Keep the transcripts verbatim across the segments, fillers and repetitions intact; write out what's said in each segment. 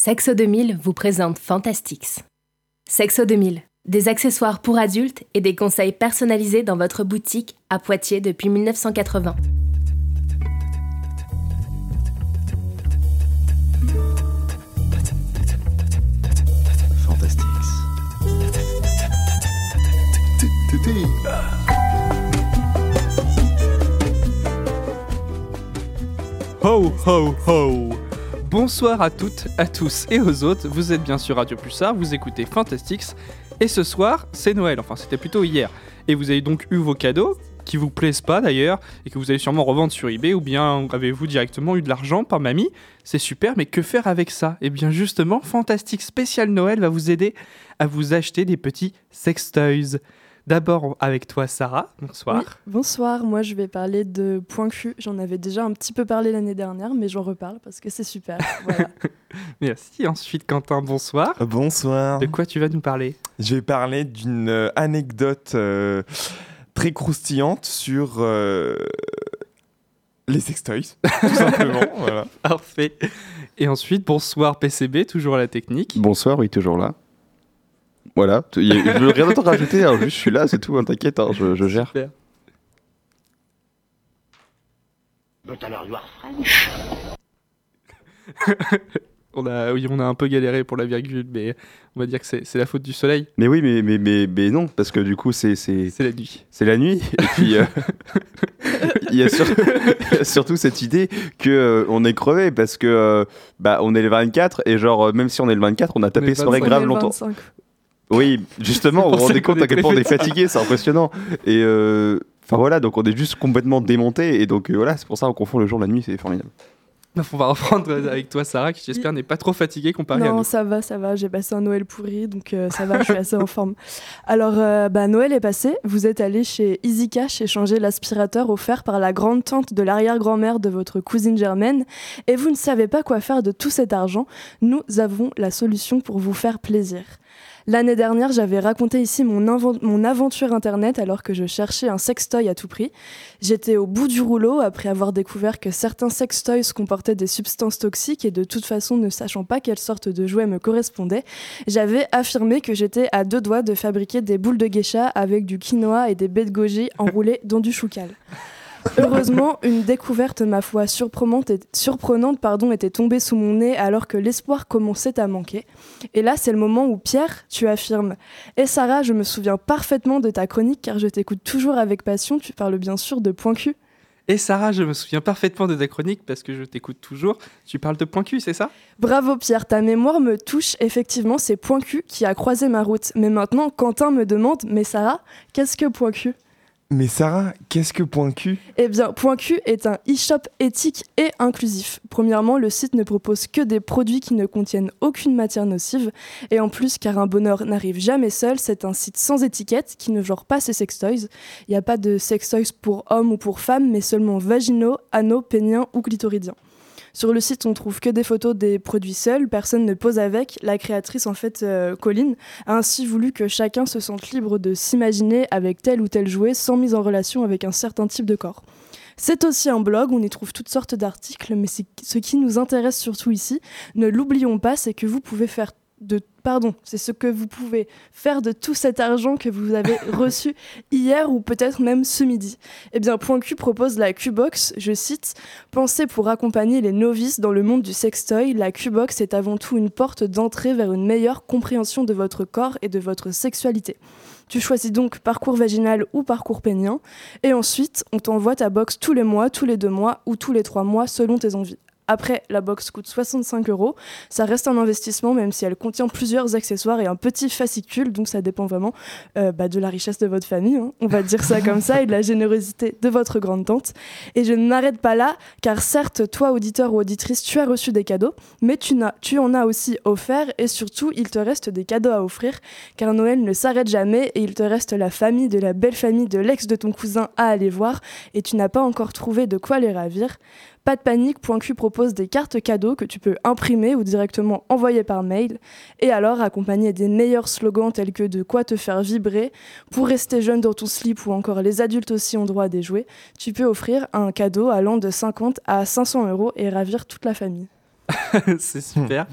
Sexo deux mille vous présente Fantastix. Sexo deux mille, des accessoires pour adultes et des conseils personnalisés dans votre boutique à Poitiers depuis dix-neuf cent quatre-vingts. Fantastix. Ho ho ho! Bonsoir à toutes, à tous et aux autres, vous êtes bien sur Radio Pulsar, vous écoutez Fantastix, et ce soir, c'est Noël, enfin c'était plutôt hier, et vous avez donc eu vos cadeaux, qui vous plaisent pas d'ailleurs, et que vous allez sûrement revendre sur eBay, ou bien avez-vous directement eu de l'argent par mamie, c'est super, mais que faire avec ça? Et bien justement, Fantastix spécial Noël va vous aider à vous acheter des petits sextoys. D'abord avec toi Sarah, bonsoir. Oui, bonsoir, moi je vais parler de Point Q. J'en avais déjà un petit peu parlé l'année dernière, mais j'en reparle parce que c'est super. Voilà. Merci. Ensuite Quentin, bonsoir. Bonsoir. De quoi tu vas nous parler? Je vais parler d'une euh, anecdote euh, très croustillante sur euh, les sextoys, tout simplement. Voilà. Parfait. Et ensuite, bonsoir P C B, toujours à la technique. Bonsoir, oui, toujours là. Voilà, je ne veux rien d'autre rajouter, hein, juste je suis là, c'est tout, hein, t'inquiète, hein, je, je gère. Super. But alors you are French. on, a, oui, on a un peu galéré pour la virgule, mais on va dire que c'est, c'est la faute du soleil. Mais oui, mais, mais, mais, mais non, parce que du coup c'est... C'est, c'est la nuit. C'est la nuit, et puis euh, il, y a sur, il y a surtout cette idée qu'on euh, est crevé, parce que euh, bah, on est le vingt-quatre, et genre euh, même si on est le vingt-quatre, on a tapé soirée grave longtemps. vingt-cinq. Oui, justement, vous vous rendez compte à quel point on est fatigué, c'est impressionnant. Et euh, enfin voilà, donc on est juste complètement démonté, et donc euh, voilà, c'est pour ça qu'on confond le jour et la nuit, c'est formidable. On va reprendre avec toi Sarah, qui j'espère n'est pas trop fatiguée comparé à nous. Non, ça va, ça va, j'ai passé un Noël pourri, donc euh, ça va, je suis assez en forme. Alors, euh, bah, Noël est passé, vous êtes allé chez Easy Cash échanger l'aspirateur offert par la grande-tante de l'arrière-grand-mère de votre cousine Germaine, et vous ne savez pas quoi faire de tout cet argent. Nous avons la solution pour vous faire plaisir. L'année dernière, j'avais raconté ici mon, invo- mon aventure internet alors que je cherchais un sextoy à tout prix. J'étais au bout du rouleau après avoir découvert que certains sextoys comportaient des substances toxiques et de toute façon ne sachant pas quelle sorte de jouet me correspondait, j'avais affirmé que j'étais à deux doigts de fabriquer des boules de geisha avec du quinoa et des baies de goji enroulées dans du choucal. Heureusement, une découverte, ma foi, surprenante, et, surprenante pardon, était tombée sous mon nez alors que l'espoir commençait à manquer. Et là, c'est le moment où, Pierre, tu affirmes « Et Sarah, je me souviens parfaitement de ta chronique car je t'écoute toujours avec passion, tu parles bien sûr de Point Q. » Et Sarah, je me souviens parfaitement de ta chronique parce que je t'écoute toujours. Tu parles de Point Q, c'est ça? Bravo Pierre, ta mémoire me touche. Effectivement, c'est Point Q qui a croisé ma route. Mais maintenant, Quentin me demande « Mais Sarah, qu'est-ce que Point Q ?» Mais Sarah, qu'est-ce que Point Q? Eh bien, Point Q est un e-shop éthique et inclusif. Premièrement, le site ne propose que des produits qui ne contiennent aucune matière nocive. Et en plus, car un bonheur n'arrive jamais seul, c'est un site sans étiquette qui ne genre pas ses sextoys. Il n'y a pas de sextoys pour hommes ou pour femmes, mais seulement vaginaux, anaux, péniens ou clitoridiens. Sur le site, on trouve que des photos des produits seuls, personne ne pose avec. La créatrice, en fait, euh, Colline, a ainsi voulu que chacun se sente libre de s'imaginer avec tel ou tel jouet sans mise en relation avec un certain type de corps. C'est aussi un blog, on y trouve toutes sortes d'articles, mais c'est ce qui nous intéresse surtout ici, ne l'oublions pas, c'est que vous pouvez faire de Pardon, c'est ce que vous pouvez faire de tout cet argent que vous avez reçu hier ou peut-être même ce midi. Eh bien, Point Q propose la Q-Box, je cite, « Pensée pour accompagner les novices dans le monde du sextoy, la Q-Box est avant tout une porte d'entrée vers une meilleure compréhension de votre corps et de votre sexualité. » Tu choisis donc parcours vaginal ou parcours pénien, et ensuite, on t'envoie ta box tous les mois, tous les deux mois ou tous les trois mois selon tes envies. Après, la box coûte soixante-cinq euros. Ça reste un investissement, même si elle contient plusieurs accessoires et un petit fascicule, donc ça dépend vraiment euh, bah, de la richesse de votre famille, hein. On va dire ça comme ça, et de la générosité de votre grande-tante. Et je ne m'arrête pas là, car certes, toi, auditeur ou auditrice, tu as reçu des cadeaux, mais tu, n'as, tu en as aussi offert, et surtout, il te reste des cadeaux à offrir, car Noël ne s'arrête jamais, et il te reste la famille de la belle famille de l'ex de ton cousin à aller voir, et tu n'as pas encore trouvé de quoi les ravir. Pas de panique, Point Q propose des cartes cadeaux que tu peux imprimer ou directement envoyer par mail. Et alors, accompagné des meilleurs slogans tels que de quoi te faire vibrer, pour rester jeune dans ton slip ou encore les adultes aussi ont droit à des jouets, tu peux offrir un cadeau allant de cinquante à cinq cents euros et ravir toute la famille. C'est super.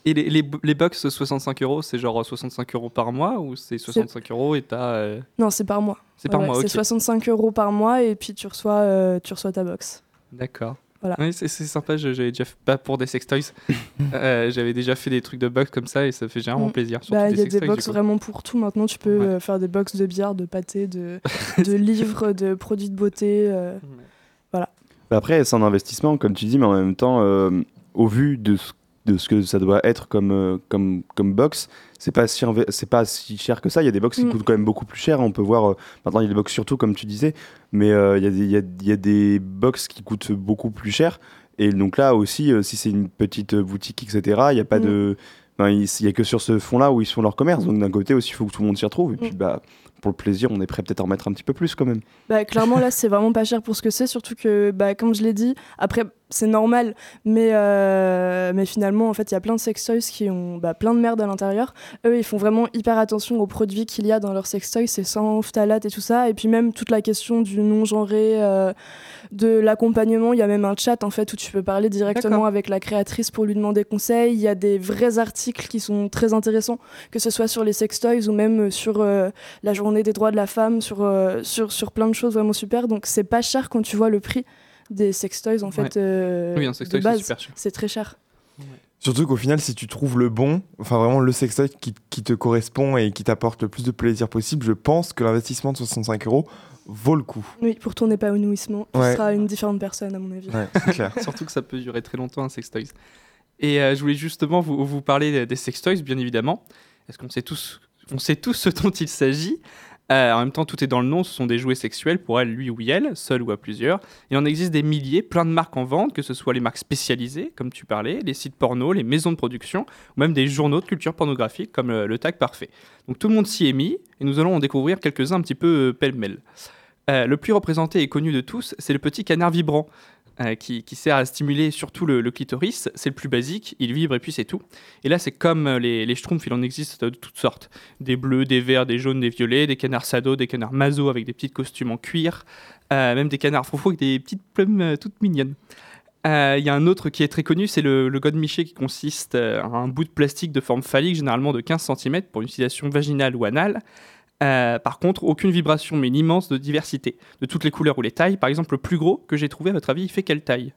Et les, les, les box soixante-cinq euros, c'est genre soixante-cinq euros par mois ou c'est soixante-cinq euros et t'as. Euh... Non, c'est par mois. C'est par ouais, mois, c'est ok. soixante-cinq euros par mois et puis tu reçois, euh, tu reçois ta box. D'accord. Voilà. Oui, c'est, c'est sympa, je- j'avais déjà fait, pas pour des sextoys, euh, j'avais déjà fait des trucs de box comme ça et ça fait généralement Mm. plaisir. Surtout Bah, des il y a des sextoys, box du coup. vraiment pour tout. Maintenant, tu peux Ouais. euh, faire des box de bière, de pâté, de, de livres, de produits de beauté. euh. Bah après, c'est un investissement, comme tu dis, mais en même temps, euh, au vu de ce, de ce que ça doit être comme, euh, comme, comme box, c'est pas, si inve- c'est pas si cher que ça. Il y a des box qui Mm. coûtent quand même beaucoup plus cher. On peut voir, euh, maintenant, il y a des box surtout, comme tu disais, mais euh, il y a des- il y, a, il y a des box qui coûtent beaucoup plus cher. Et donc là aussi, euh, si c'est une petite boutique, et cetera, il n'y a pas Mm. de. Ben, il n'y a que sur ce fond-là où ils font leur commerce. Donc d'un côté aussi, il faut que tout le monde s'y retrouve. Et Mm. puis, bah, pour le plaisir, on est prêt peut-être à en mettre un petit peu plus quand même. Bah, clairement, là, c'est vraiment pas cher pour ce que c'est. Surtout que, bah, comme je l'ai dit, après, c'est normal. Mais, euh, mais finalement, en fait, il y a plein de sextoys qui ont bah, plein de merde à l'intérieur. Eux, ils font vraiment hyper attention aux produits qu'il y a dans leurs sextoys. C'est sans phtalate et tout ça. Et puis même toute la question du non-genré, euh, de l'accompagnement. Il y a même un chat, en fait, où tu peux parler directement D'accord. avec la créatrice pour lui demander conseil. Il y a des vrais articles qui sont très intéressants, que ce soit sur les sextoys ou même sur euh, la journée des droits de la femme, sur, euh, sur, sur plein de choses vraiment super. Donc c'est pas cher quand tu vois le prix des sextoys en Ouais. fait euh, Oui, un de sextoy, c'est base. super cher. C'est très cher. Surtout qu'au final, si tu trouves le bon, enfin vraiment le sextoy qui, qui te correspond et qui t'apporte le plus de plaisir possible, je pense que l'investissement de soixante-cinq euros vaut le coup. Oui, pour ton épanouissement, tu Ouais. seras une différente personne à mon avis. Ouais, c'est clair. Surtout que ça peut durer très longtemps un sextoys. Et euh, je voulais justement vous, vous parler des- des sextoys, bien évidemment. Est-ce qu'on sait tous, on sait tous ce dont il s'agit. Euh, en même temps, tout est dans le nom, ce sont des jouets sexuels pour elle, lui ou elle, seul ou à plusieurs. Il en existe des milliers, plein de marques en vente, que ce soit les marques spécialisées, comme tu parlais, les sites porno, les maisons de production, ou même des journaux de culture pornographique, comme le, le Tag Parfait. Donc tout le monde s'y est mis, et nous allons en découvrir quelques-uns un petit peu euh, pêle-mêle. Euh, le plus représenté et connu de tous, c'est le petit canard vibrant, euh, qui, qui sert à stimuler surtout le, le clitoris. C'est le plus basique, il vibre et puis c'est tout. Et là, c'est comme euh, les, les schtroumpfs, il en existe de toutes sortes. Des bleus, des verts, des jaunes, des violets, des canards sado, des canards maso avec des petits costumes en cuir, euh, même des canards froufrous avec des petites plumes euh, toutes mignonnes. Il euh, y a un autre qui est très connu, c'est le, le godemiché qui consiste euh, à un bout de plastique de forme phallique, généralement de quinze centimètres pour une utilisation vaginale ou anale. Euh, par contre, aucune vibration, mais une immense de diversité, de toutes les couleurs ou les tailles. Par exemple, le plus gros que j'ai trouvé, à votre avis, il fait quelle taille?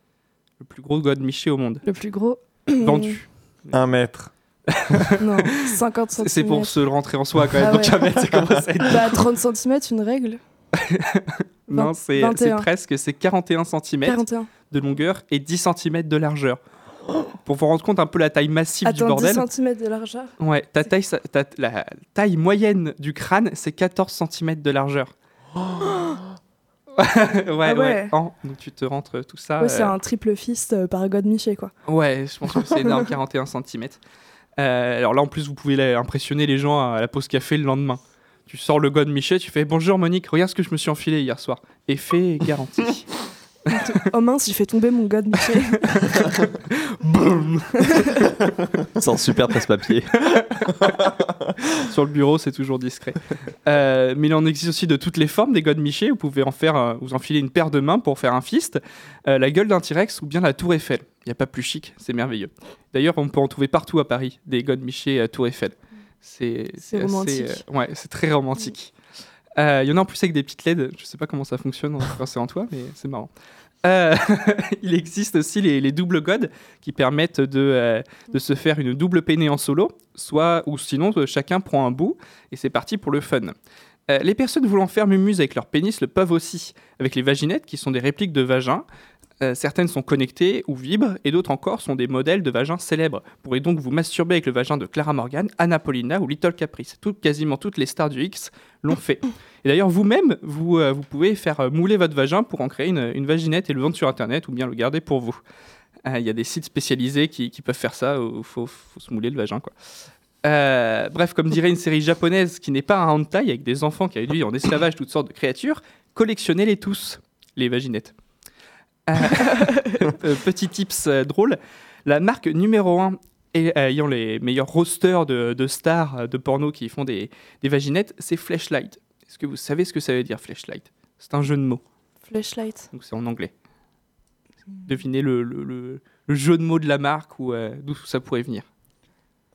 Le plus gros godemiché au monde. Le plus gros. Vendu. Un mètre. Non, cinquante C'est- centimètres. C'est pour se le rentrer en soi quand même. Ah Donc ouais. un mètre, ça commence à être... Bah, trente centimètres, une règle. Non, vingt- c'est vingt et c'est un. presque, c'est quarante et un centimètres quarante et un. de longueur et dix centimètres de largeur. Pour vous rendre compte un peu la taille massive du Attends, dix bordel. centimètres de largeur. Ouais, ta taille, ça- ta- la taille moyenne du crâne, c'est quatorze centimètres de largeur. ouais, ouais. ouais. Oh, donc tu te rentres tout ça. Ouais, c'est euh, un triple fist euh, par godemiché quoi. Ouais, je pense que c'est énorme, quarante et un centimètres. Euh, alors là, en plus, vous pouvez la- impressionner les gens à la pause café le lendemain. Tu sors le godemiché, tu fais « Bonjour Monique, regarde ce que je me suis enfilé hier soir. » Effet garanti. Oh mince, j'ai fait tomber mon godemiché. Boum. C'est un super presse-papier. Sur le bureau, c'est toujours discret. Euh, mais il en existe aussi de toutes les formes des godemichés. Vous pouvez en faire, euh, vous enfiler une paire de mains pour faire un fist, euh, la gueule d'un T-Rex ou bien la tour Eiffel. Il n'y a pas plus chic, c'est merveilleux. D'ailleurs, on peut en trouver partout à Paris, des godemichés à tour Eiffel. C'est C'est assez, romantique. euh, ouais, c'est très romantique. Euh, Il y en a en plus avec des petites L E D. Je sais pas comment ça fonctionne quand c'est en toi, mais c'est marrant. Euh, il existe aussi les, les doubles godes qui permettent de, euh, de se faire une double peinée en solo, soit ou sinon euh, chacun prend un bout et c'est parti pour le fun. Euh, les personnes voulant faire mumuse avec leur pénis le peuvent aussi, avec les vaginettes qui sont des répliques de vagins. Euh, certaines sont connectées ou vibrent, et d'autres encore sont des modèles de vagins célèbres. Vous pourrez donc vous masturber avec le vagin de Clara Morgan, Anna Paulina ou Little Caprice. Tout, quasiment toutes les stars du X l'ont fait. Et d'ailleurs, vous-même, vous, euh, vous pouvez faire euh, mouler votre vagin pour en créer une, une vaginette et le vendre sur Internet, ou bien le garder pour vous. Il y a des sites spécialisés qui, qui peuvent faire ça, où il faut, faut se mouler le vagin, quoi. Euh, bref, comme dirait une série japonaise qui n'est pas un hentai, avec des enfants qui réduisent en esclavage toutes sortes de créatures, collectionnez-les tous, les vaginettes. Euh, euh, petit tips euh, drôle, la marque numéro un ayant les meilleurs rosters de, de stars euh, de porno qui font des, des vaginettes, c'est Fleshlight. Est-ce que vous savez ce que ça veut dire, Fleshlight? C'est un jeu de mots, Flashlight. donc c'est en anglais. Devinez le, le, le, le jeu de mots de la marque ou euh, d'où ça pourrait venir.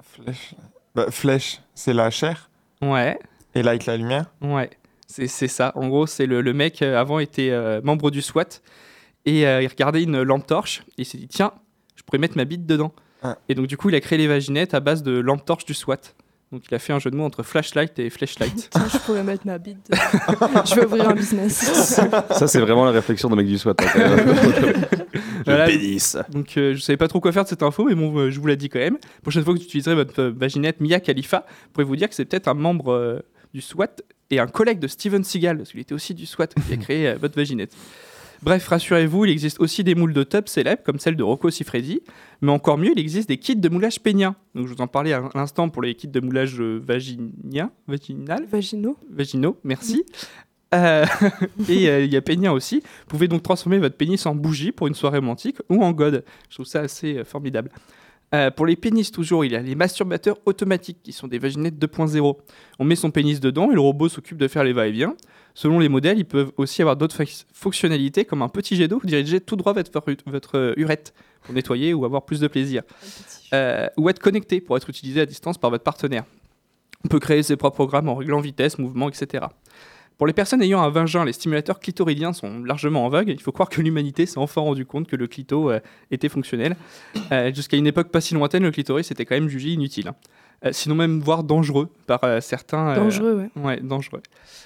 Flèche. Bah, flèche, c'est la chair. Ouais, Et light, la lumière. ouais, c'est, c'est ça. En gros, c'est le, le mec, euh, avant, était euh, membre du SWAT, et euh, il regardait une lampe torche, et il s'est dit, tiens, je pourrais mettre ma bite dedans. Ah. Et donc, du coup, il a créé les vaginettes à base de lampe torche du SWAT. Donc, il a fait un jeu de mots entre flashlight et flashlight. Tiens, je pourrais mettre ma bite. dedans. Je vais ouvrir un business. Ça, c'est vraiment la réflexion d'un mec du SWAT. Hein, quand même. Voilà. Le pénis. Donc, euh, je savais pas trop quoi faire de cette info, mais bon, euh, je vous la dis quand même. Prochaine fois que vous utiliserez votre euh, vaginette Mia Khalifa, vous pourrez vous dire que c'est peut-être un membre euh, du SWAT et un collègue de Steven Seagal, parce qu'il était aussi du SWAT, qui a créé euh, votre vaginette. Bref, rassurez-vous, il existe aussi des moules de tub célèbres, comme celle de Rocco Siffredi, mais encore mieux, il existe des kits de moulage pénien. Donc, je vous en parlais à l'instant pour les kits de moulage euh, vaginien, vaginal, Vaginaux. vaginaux, merci. Euh, et euh, il y a pénien aussi. Vous pouvez donc transformer votre pénis en bougie pour une soirée romantique ou en god. Je trouve ça assez euh, formidable. Euh, pour les pénis, toujours, il y a les masturbateurs automatiques qui sont des vaginettes deux point zéro. On met son pénis dedans et le robot s'occupe de faire les va-et-vient. Selon les modèles, ils peuvent aussi avoir d'autres fa- fonctionnalités comme un petit jet d'eau dirigé tout droit vers votre, votre euh, urètre pour nettoyer ou avoir plus de plaisir. Euh, ou être connecté pour être utilisé à distance par votre partenaire. On peut créer ses propres programmes en réglant vitesse, mouvement, et cetera. Pour les personnes ayant un vagin, les stimulateurs clitoridiens sont largement en vogue. Il faut croire que l'humanité s'est enfin rendu compte que le clito euh, était fonctionnel. Euh, jusqu'à une époque pas si lointaine, le clitoris était quand même jugé inutile. Hein. Euh, sinon même voire dangereux par euh, certains. Euh, Dangereux, ouais. Ouais, dangereux.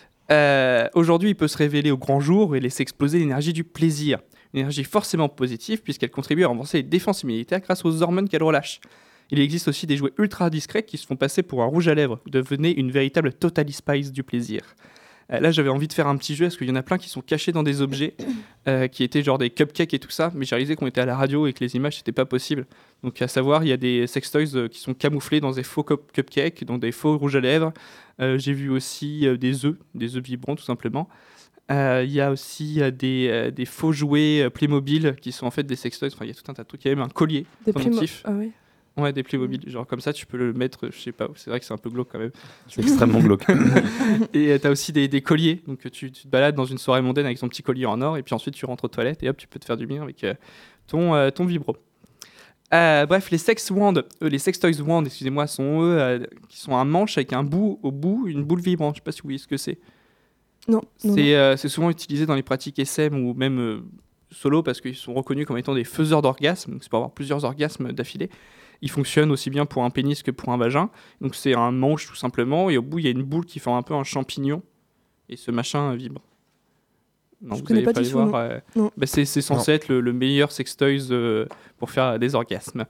Euh, aujourd'hui, il peut se révéler au grand jour et laisser exploser l'énergie du plaisir. Une énergie forcément positive puisqu'elle contribue à renforcer les défenses immunitaires grâce aux hormones qu'elle relâche. Il existe aussi des jouets ultra discrets qui se font passer pour un rouge à lèvres. Vous devenez une véritable Totally Spice du plaisir. Euh, là, j'avais envie de faire un petit jeu parce qu'il y en a plein qui sont cachés dans des objets euh, qui étaient genre des cupcakes et tout ça, mais j'ai réalisé qu'on était à la radio et que les images c'était pas possible. Donc, à savoir, il y a des sextoys euh, qui sont camouflés dans des faux cup- cupcakes, dans des faux rouges à lèvres. Euh, j'ai vu aussi euh, des œufs, des œufs vibrants tout simplement. Euh, Il y a aussi euh, des, euh, des faux jouets euh, Playmobil qui sont en fait des sextoys. Enfin, il y a tout un tas de trucs. Il y a même un collier Des Playmo- pendentif. Ah oui. Ouais, des Playmobil. Genre comme ça, tu peux le mettre, je sais pas, c'est vrai que c'est un peu glauque quand même. C'est extrêmement glauque. Et euh, t'as aussi des, des colliers. Donc tu, tu te balades dans une soirée mondaine avec ton petit collier en or, et puis ensuite tu rentres aux toilettes, et hop, tu peux te faire du bien avec euh, ton, euh, ton vibro. Euh, bref, les sex wands, euh, les sextoys wands, excusez-moi, sont eux euh, qui sont un manche avec un bout au bout, une boule vibrante. Je sais pas si vous voyez ce que c'est. Non. non, C'est euh, c'est souvent utilisé dans les pratiques S M ou même euh, solo parce qu'ils sont reconnus comme étant des faiseurs d'orgasmes. Donc c'est pour avoir plusieurs orgasmes d'affilée. Ils fonctionnent aussi bien pour un pénis que pour un vagin. Donc c'est un manche tout simplement et au bout il y a une boule qui forme un peu un champignon et ce machin euh, vibre. Non, Je vous connais allez pas pas du les tout, voir. non. euh, Non. bah, c'est c'est censé être le, le meilleur sextoys euh, pour faire des orgasmes.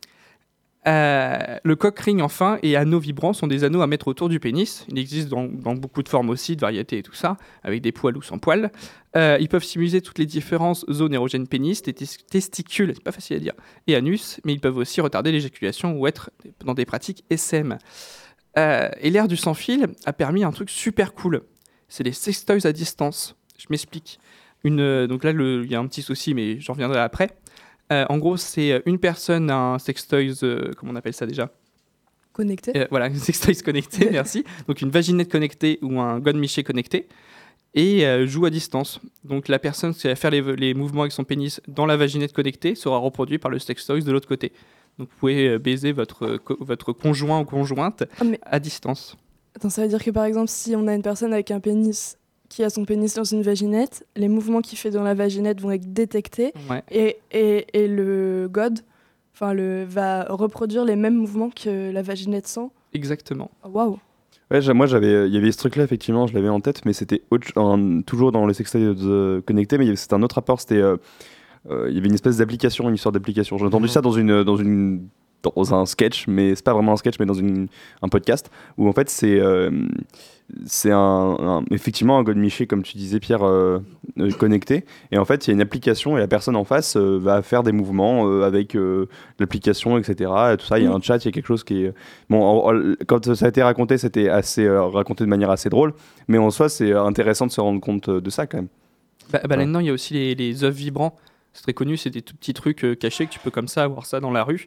Euh, le cock ring enfin et anneaux vibrants sont des anneaux à mettre autour du pénis. Il existe dans, dans beaucoup de formes aussi, de variétés et tout ça, avec des poils ou sans poils. Euh, ils peuvent simuler toutes les différentes zones érogènes pénis, tes tes- testicules, c'est pas facile à dire, et anus, mais ils peuvent aussi retarder l'éjaculation ou être dans des pratiques S M. Euh, et l'ère du sans-fil a permis un truc super cool. C'est les sextoys à distance. Je m'explique. Une, euh, donc là, le- il y a un petit souci, mais j'en reviendrai après. Euh, en gros, c'est une personne, un sextoys, euh, comment on appelle ça déjà Connecté. Euh, Voilà, une sextoys connecté, merci. Donc une vaginette connectée ou un godemiché connecté et euh, joue à distance. Donc la personne qui va faire les, les mouvements avec son pénis dans la vaginette connectée sera reproduit par le sextoys de l'autre côté. Donc vous pouvez euh, baiser votre, co- votre conjoint ou conjointe Ah, mais à distance. attends, ça veut dire que par exemple, si on a une personne avec un pénis qui a son pénis dans une vaginette, les mouvements qu'il fait dans la vaginette vont être détectés Ouais. et, et, et le god enfin, le, va reproduire les mêmes mouvements que la vaginette sent. Exactement. Oh, waouh! Ouais, j'a- moi j'avais, il y avait ce truc-là effectivement, je l'avais en tête, mais c'était autre, un- toujours dans le sextoy euh, connecté, mais il y avait- c'était un autre rapport. C'était, euh, euh, il y avait une espèce d'application, une histoire d'application. J'ai entendu Mhm. ça dans une, dans une, dans un sketch, mais c'est pas vraiment un sketch, mais dans une, un podcast où en fait c'est, euh, c'est un, un- effectivement un godemiché comme tu disais Pierre, euh, euh, connecté. Et en fait il y a une application et la personne en face euh, va faire des mouvements euh, avec euh, l'application, et cetera. Et tout ça, il y a un chat, il y a quelque chose qui est bon. en- en- quand ça a été raconté, c'était assez euh, raconté de manière assez drôle, mais en soi c'est intéressant de se rendre compte de ça quand même. Bah, bah, Ouais. Là-dedans, il y a aussi les, les œufs vibrants. C'est très connu, c'est des tout petits trucs euh, cachés que tu peux comme ça avoir ça dans la rue.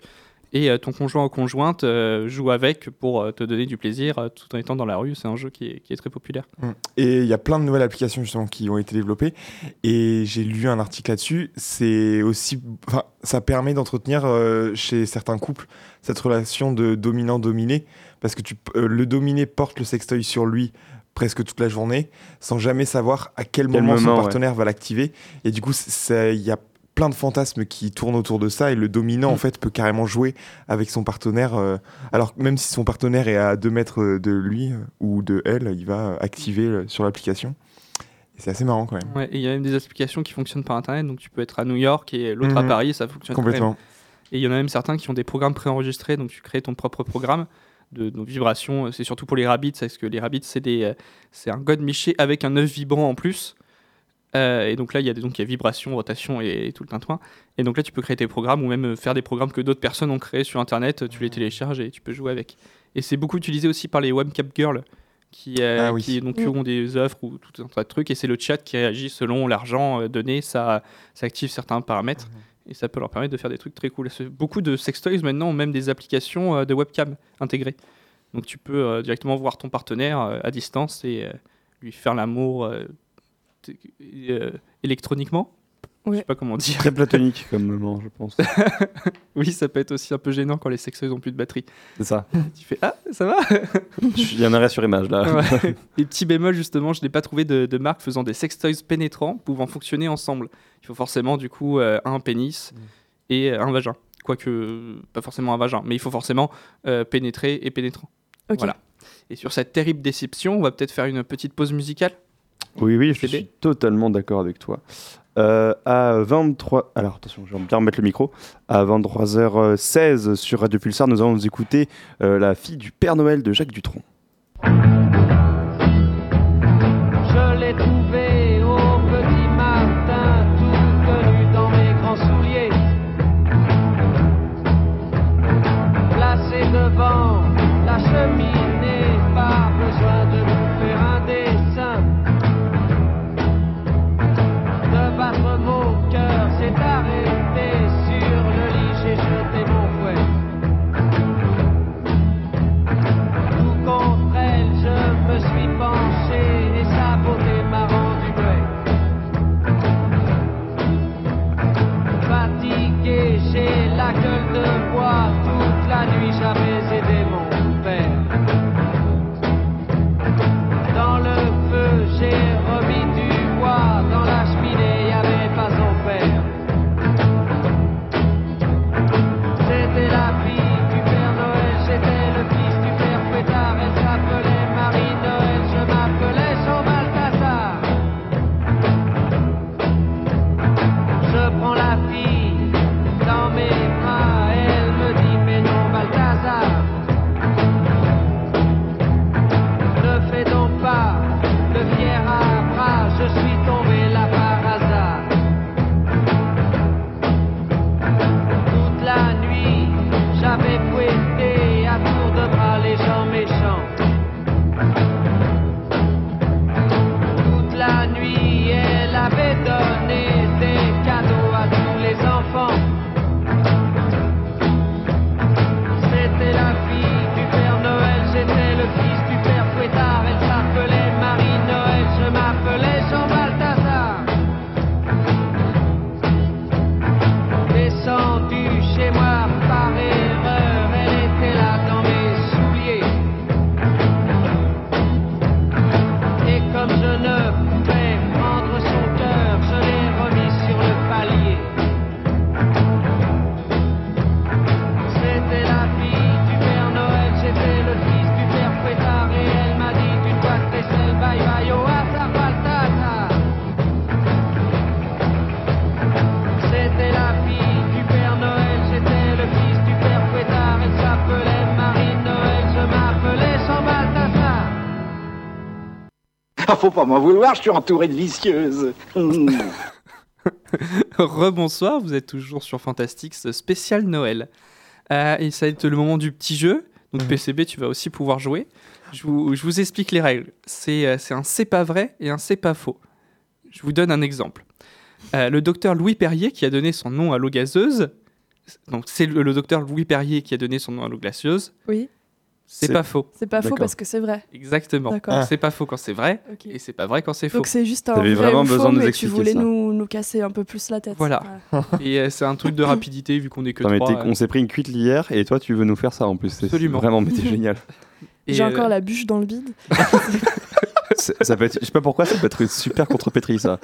et euh, ton conjoint ou conjointe euh, joue avec pour euh, te donner du plaisir euh, tout en étant dans la rue. C'est un jeu qui est, qui est très populaire. Et il y a plein de nouvelles applications justement qui ont été développées et j'ai lu un article là-dessus. C'est aussi, enfin, ça permet d'entretenir euh, chez certains couples cette relation de dominant-dominé parce que tu, euh, le dominé porte le sextoy sur lui presque toute la journée sans jamais savoir à quel, Quel moment, moment, son ouais. partenaire va l'activer et du coup il y a plein de fantasmes qui tournent autour de ça et le dominant Mm. en fait peut carrément jouer avec son partenaire euh, alors même si son partenaire est à deux mètres de lui euh, ou de elle, il va activer euh, sur l'application et c'est assez marrant quand même. Ouais, et il y a même des applications qui fonctionnent par internet, donc tu peux être à New York et l'autre Mhm. à Paris, ça fonctionne très Complètement. bien. Et il y en a même certains qui ont des programmes préenregistrés, donc tu crées ton propre programme de, de vibrations. C'est surtout pour les rabbits, parce que les rabbits c'est, des, euh, c'est un god miché avec un œuf vibrant en plus. Euh, et donc là, il y a des donc il y a vibration, rotation et, et tout le tintouin. Et donc là, tu peux créer tes programmes ou même faire des programmes que d'autres personnes ont créés sur Internet. Tu les télécharges et tu peux jouer avec. Et c'est beaucoup utilisé aussi par les webcam girls qui, euh, Ah oui. qui donc, Mm. ont des œuvres ou tout un tas de trucs. Et c'est le chat qui réagit selon l'argent euh, donné. Ça, ça active certains paramètres et ça peut leur permettre de faire des trucs très cool. C'est- Beaucoup de sextoys maintenant ont même des applications euh, de webcam intégrées. Donc tu peux euh, directement voir ton partenaire euh, à distance et euh, lui faire l'amour euh, t- euh, électroniquement. Je Ouais. sais pas comment dire. Très platonique comme moment, je pense. Oui, ça peut être aussi un peu gênant quand les sextoys ont plus de batterie. C'est ça. Tu fais ah, ça va. Il y en aurait sur image là. Ouais. Les petits bémols, justement, je n'ai pas trouvé de, de marque faisant des sextoys pénétrants pouvant fonctionner ensemble. Il faut forcément, du coup, euh, un pénis et euh, un vagin. Quoique, pas forcément un vagin, mais il faut forcément euh, pénétrer et pénétrant. Ok. Voilà. Et sur cette terrible déception, on va peut-être faire une petite pause musicale. Oui, oui, je C B. suis totalement d'accord avec toi. Euh, à vingt-trois... Alors, attention, je vais bien remettre le micro. À vingt-trois heures seize sur Radio Pulsar, nous allons nous écouter euh, La fille du Père Noël de Jacques Dutronc. Je l'ai trouvé au petit matin, tout connu dans mes grands souliers, placé devant la cheminée, pas besoin de nous faire un dessin, de battre mon cœur s'est arrêté sur le lit, j'ai jeté mon fouet. Tout contre elle, je me suis penché et sa beauté m'a rendu muet. Fatigué, j'ai la gueule de bois, toute la nuit j'avais aidé mon père. Dans le feu, j'ai remis du bois, dans la cheminée, y avait pas son père. C'était la fille du Père Noël, j'étais le fils du Père Fouettard. Elle s'appelait Marie-Noël, je m'appelais Jean Balthazar. Je prends la fille dans mes bras, elle me dit mais non Balthazar. Ne fais donc pas le fier à bras, je suis tombé là par hasard. Toute la nuit, j'avais fouetté à tour de bras les gens méchants. Toute la nuit, elle avait donné des cadeaux à tous les enfants. C'était la fille du Père Noël, j'étais le fils du Père Fouettard. Elle s'appelait Marie-Noël, je m'appelais Jean Balthazar. Descendu chez moi par erreur, elle était là dans mes souliers. Et comme je ne pouvais prendre son cœur, je l'ai remis sur le palier. C'était la fille du Père Noël, j'étais le fils du Père Fouettard. Et elle m'a dit tu dois te laisser le bye bye au hasard Balthazar. C'était la fille du Père Noël, j'étais le fils du Père Fouettard. Elle s'appelait Marie-Noël, je m'appelais Jean Balthazar. Ah, faut pas m'en vouloir, je suis entouré de vicieuses. Rebonsoir, vous êtes toujours sur Fantastics spécial Noël. Euh, et ça va être le moment du petit jeu. Donc Mhm. P C B, tu vas aussi pouvoir jouer. Je vous, je vous explique les règles. C'est, euh, c'est un c'est pas vrai et un c'est pas faux. Je vous donne un exemple. Euh, le docteur Louis Perrier, qui a donné son nom à l'eau gazeuse, donc c'est le, le docteur Louis Perrier qui a donné son nom à l'eau glacieuse. Oui. C'est, C'est- pas faux. C'est pas faux D'accord. parce que c'est vrai. Exactement. D'accord. Ah. C'est pas faux quand c'est vrai Ok. et c'est pas vrai quand c'est faux. Donc c'est juste un T'avais vrai vraiment ou faux, besoin de nous mais tu expliquer voulais ça. nous, nous casser un peu plus la tête. Voilà. Et euh, c'est un truc de rapidité vu qu'on est que Attends, mais trois. t'es- euh, on s'est pris une cuite hier et toi tu veux nous faire ça en plus. C'est Absolument. Vraiment, mais c'est génial. et, J'ai euh, encore la bûche dans le vide. C'est- ça peut être, je sais pas pourquoi, ça peut être super contrepétri ça.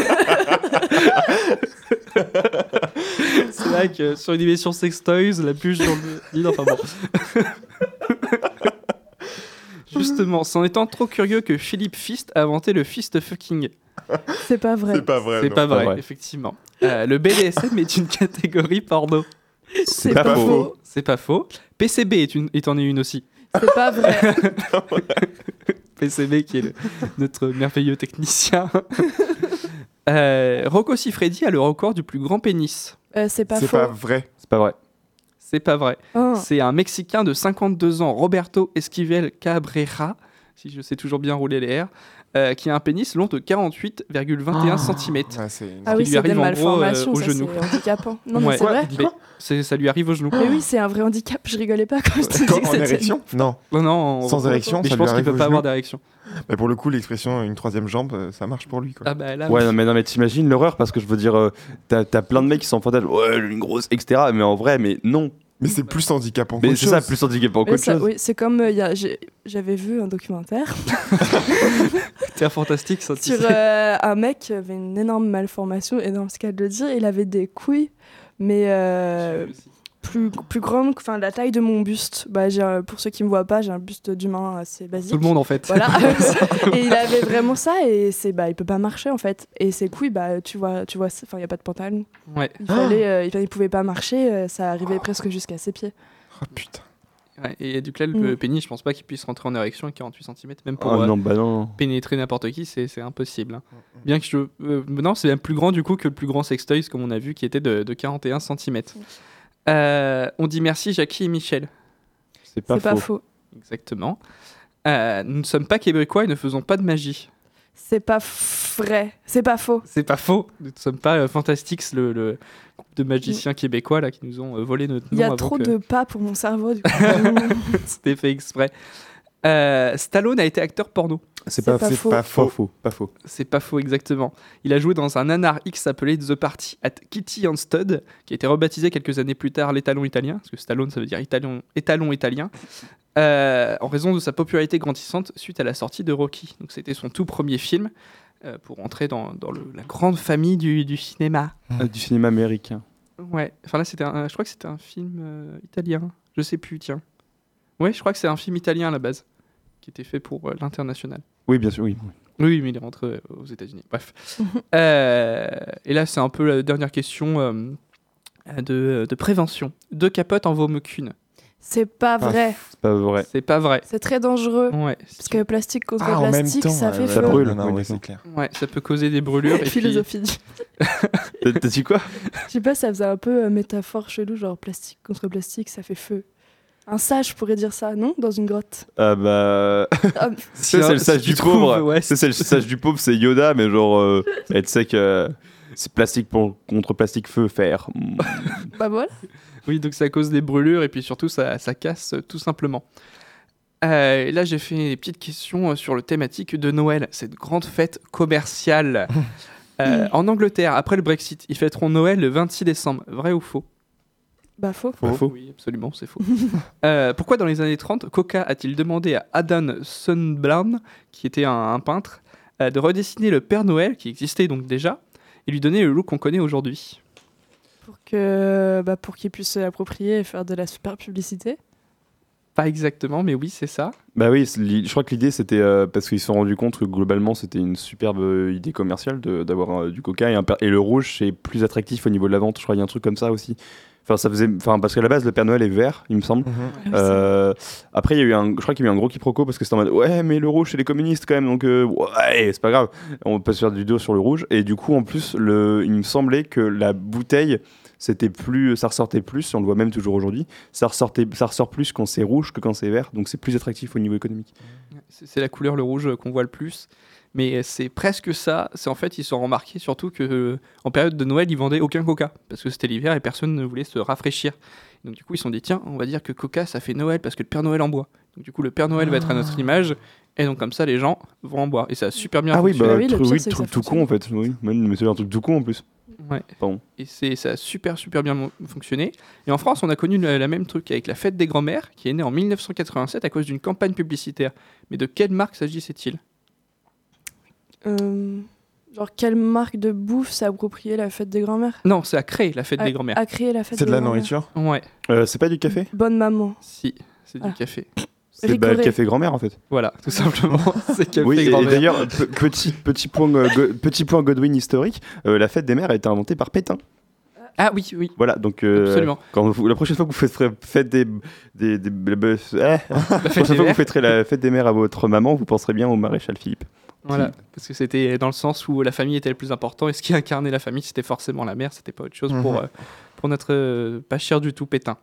C'est vrai que sur une émission Sextoys, la bûche dans le vide, enfin bon. Justement, c'en étant trop curieux que Philippe Fist a inventé le fist fucking. C'est pas vrai. C'est pas vrai. C'est non. pas vrai, vrai. effectivement. Euh, le B D S M est une catégorie porno. C'est pas pas faux. faux. C'est pas faux. P C B est, une, est en est une aussi. C'est pas vrai. P C B qui est le- notre merveilleux technicien. euh, Rocco Siffredi a le record du plus grand pénis. Euh, c'est pas C'est faux. pas vrai. C'est pas vrai. C'est pas vrai. Ah. C'est un Mexicain de cinquante-deux ans, Roberto Esquivel Cabrera, si je sais toujours bien rouler les R, euh, qui a un pénis long de quarante-huit virgule vingt et un centimètres. Ouais, c'est... Ah qui oui, lui c'est arrive des en gros, euh, malformations, au ça genou. c'est handicapant. Non mais Ouais. c'est vrai. Mais c'est- ça lui arrive au genou. Mais oui, c'est un vrai handicap, je rigolais pas quand je te Quand- disais que en c'était... érection Non. Non, non, en- Sans érection, mais ça je lui pense qu'il arrive peut au pas genou. avoir d'érection. Mais pour le coup, l'expression une troisième jambe, euh, ça marche pour lui. Quoi. Ah bah là, Ouais, non, mais, non, mais t'imagines l'horreur parce que je veux dire, euh, t'as, t'as plein de mecs qui sont fantasmes, ouais, une grosse, et cetera. Mais en vrai, mais non. Mais c'est plus handicapant Mais qu'autre c'est ça, chose. plus handicapant Mais qu'autre ça, chose. oui, c'est comme euh, il y a- j'ai- j'avais vu un documentaire c'est un fantastique ça. tu sur sais. euh, un mec qui avait une énorme malformation, et dans ce cas de le dire, il avait des couilles, mais euh, plus, plus grandes, enfin la taille de mon buste. Bah, j'ai, un- pour ceux qui me voient pas, j'ai un buste d'humain assez basique. Tout le monde en fait. Voilà. Et il avait vraiment ça, et c'est bah il peut pas marcher en fait. Et ses couilles, bah tu vois, tu vois, enfin il y a pas de pantalon. Ouais. Il fallait, euh, il, il pouvait pas marcher, euh, ça arrivait presque jusqu'à ses pieds. Oh putain. Ouais, et du coup là, le Mm. pénis, je pense pas qu'il puisse rentrer en érection avec quarante-huit centimètres, même pour Oh euh, non, bah non. pénétrer n'importe qui, c'est, c'est impossible. hein. Bien que je... euh, non, c'est même plus grand du coup que le plus grand sextoys, comme on a vu, qui était de, de quarante et un centimètres. Euh, on dit merci Jackie et Michel. C'est pas C'est pas faux. faux. Exactement. Euh, nous ne sommes pas québécois et ne faisons pas de magie. C'est pas f- vrai. C'est pas faux. C'est pas faux. Nous ne sommes pas euh, Fantastics, le, le groupe de magiciens québécois là, qui nous ont euh, volé notre nom. Il y a avant trop que- de pas pour mon cerveau. Du coup. C'était fait exprès. Euh, Stallone a été acteur porno. C'est C'est pas, pas c'est faux. pas faux. faux. Pas faux. C'est pas faux exactement. Il a joué dans un nanar X appelé The Party at Kitty and Stud, qui a été rebaptisé quelques années plus tard l'étalon italien, parce que Stallone ça veut dire étalon, étalon italien, euh, en raison de sa popularité grandissante suite à la sortie de Rocky. Donc c'était son tout premier film euh, pour entrer dans, dans le- la grande famille du, du cinéma. Euh, Du cinéma américain. Ouais, enfin là c'était un, je crois que c'était un film euh, italien, je sais plus, tiens. Ouais, je crois que c'est un film italien à la base, qui était fait pour euh, l'international. Oui, bien sûr, oui. Oui, mais il est rentré euh, aux États-Unis. Bref. Euh, et là, c'est un peu la dernière question euh, de, de prévention. Deux capotes en vaut qu'une. C'est pas Ah, vrai. C'est pas vrai. C'est pas vrai. C'est très dangereux. Ouais. Parce que plastique contre Ah, en même plastique, temps, ça ouais, fait ouais, Ça feu. brûle. Non, non, oui, ouais, d'accord. c'est clair. Ouais, ça peut causer des brûlures. et puis, Philosophie. T'as t'as dit quoi? Je sais pas, ça faisait un peu euh, métaphore chelou, genre plastique contre plastique, ça fait feu. Un sage pourrait dire ça, non? Dans une grotte. Ah bah. Ah, Ça, c'est le si sage tu du trouves, pauvre. ouais, Ça, c'est le sage du pauvre, c'est Yoda, mais genre. Euh, et tu sais que. C'est plastique pour, contre plastique, feu, fer. Mm. bah voilà. Oui, donc ça cause des brûlures et puis surtout ça, ça casse euh, tout simplement. Euh, et là, j'ai fait des petites questions euh, sur le thématique de Noël, cette grande fête commerciale. Euh, en Angleterre, après le Brexit, ils fêteront Noël le vingt-six décembre. Vrai ou faux? Bah faux. Faux. Oui, absolument, c'est faux. Euh, pourquoi dans les années trente, Coca a-t-il demandé à Adam Sunblown, qui était un, un peintre, euh, de redessiner le Père Noël, qui existait donc déjà, et lui donner le look qu'on connaît aujourd'hui? Pour que, bah, pour qu'ils puissent se l'approprier et faire de la super publicité. Pas exactement, mais oui, c'est ça. Bah oui, c'est l'i- je crois que l'idée c'était euh, parce qu'ils se sont rendus compte que globalement c'était une superbe euh, idée commerciale de- d'avoir euh, du coca et, un per- et le rouge c'est plus attractif au niveau de la vente. Je crois qu'il y a un truc comme ça aussi. Enfin, ça faisait, enfin parce qu'à la base le Père Noël est vert, il me semble. Mhm. Euh, après, il y a eu un, je crois qu'il y a eu un gros quiproquo parce que c'était en mode ouais, mais le rouge c'est les communistes quand même, donc euh, ouais, c'est pas grave, on peut se faire du dos sur le rouge. Et du coup, en plus, le, il me semblait que la bouteille c'était plus, ça ressortait plus, on le voit même toujours aujourd'hui, ça, ressortait, ça ressort plus quand c'est rouge que quand c'est vert, donc c'est plus attractif au niveau économique. C'est, c'est la couleur, le rouge, qu'on voit le plus. Mais c'est presque ça. C'est en fait, ils se sont remarqués surtout qu'en période de Noël, ils vendaient aucun Coca. Parce que c'était l'hiver et personne ne voulait se rafraîchir. Donc du coup, ils se sont dit, tiens, on va dire que Coca, ça fait Noël parce que le Père Noël en boit. Donc du coup, le Père Noël va être à notre image. Et donc comme ça, les gens vont en boire. Et ça a super bien ah fonctionné. Ah oui, bah, Ah oui, le tru- pire, oui, c'est que truc ça tout con en fait. Oui, même, mais c'est un truc tout con en plus. Ouais. Pardon. Et c'est, ça a super, super bien mo- fonctionné. Et en France, on a connu la, la même truc avec la fête des grands-mères, qui est née en dix-neuf cent quatre-vingt-sept à cause d'une campagne publicitaire. Mais de quelle marque s'agissait-il ? Euh, genre, quelle marque de bouffe s'est appropriée la fête des grands-mères ? Non, c'est à créer la fête a, des grands-mères. a créé la fête C'est des de la grands-mères. nourriture. Ouais, Euh, c'est pas du café ? Bonne maman. si, c'est du Ah. café. C'est bah, le Ricoré. café grand-mère en fait. Voilà, tout simplement. c'est café Oui, et, et grand-mère. d'ailleurs, pe- petit, petit, point, euh, go- petit point Godwin historique, euh, la fête des mères a été inventée par Pétain. Ah oui, oui, Voilà, donc euh, absolument. quand vous, la prochaine fois que vous faites, faites des, des, des, des- eh, la La fête prochaine des fois que vous mères. fêterez la fête des mères à votre maman, vous penserez bien au maréchal Philippe. Voilà, parce que c'était dans le sens où la famille était le plus important et ce qui incarnait la famille, c'était forcément la mère, c'était pas autre chose pour, Mhm. euh, pour notre euh, pas cher du tout Pétain.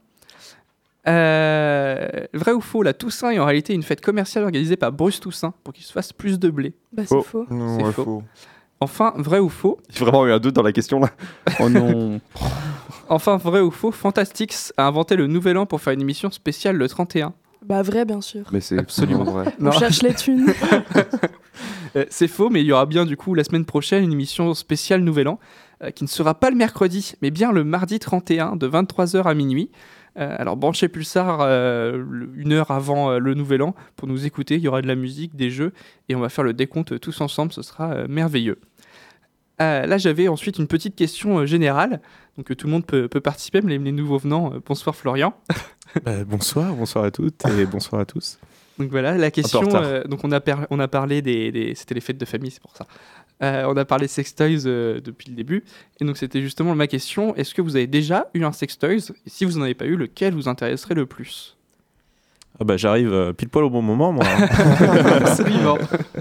Euh, vrai ou faux, la Toussaint est en réalité une fête commerciale organisée par Bruce Toussaint pour qu'il se fasse plus de blé. Bah, c'est Oh. faux. Non, C'est ouais, faux. faux. Enfin, vrai ou faux J'ai vraiment eu un doute dans la question là. Oh non. Enfin, vrai ou faux, Fantastics a inventé le nouvel an pour faire une émission spéciale le trente et un. Bah, vrai, bien sûr. Mais c'est Absolument. vrai. On cherche les thunes. Euh, c'est faux, mais il y aura bien du coup la semaine prochaine une émission spéciale Nouvel An euh, qui ne sera pas le mercredi, mais bien le mardi trente et un de vingt-trois heures à minuit. Euh, alors branchez Pulsar euh, le- une heure avant euh, le Nouvel An pour nous écouter. Il y aura de la musique, des jeux et on va faire le décompte tous ensemble. Ce sera euh, merveilleux. Euh, là, j'avais ensuite une petite question euh, générale. Donc euh, tout le monde peut, peut participer, même les, les nouveaux venants. Euh, bonsoir Florian. Bah, bonsoir, bonsoir à toutes et bonsoir à tous. Donc voilà, la question. retard. euh, donc on a, per- on a parlé des, des- c'était les fêtes de famille, c'est pour ça. Euh, on a parlé sextoys euh, depuis le début, et donc c'était justement ma question. Est-ce que vous avez déjà eu un sextoys ? Et si vous n'en avez pas eu, lequel vous intéresserait le plus ? Ah bah, j'arrive euh, pile poil au bon moment, moi. Absolument.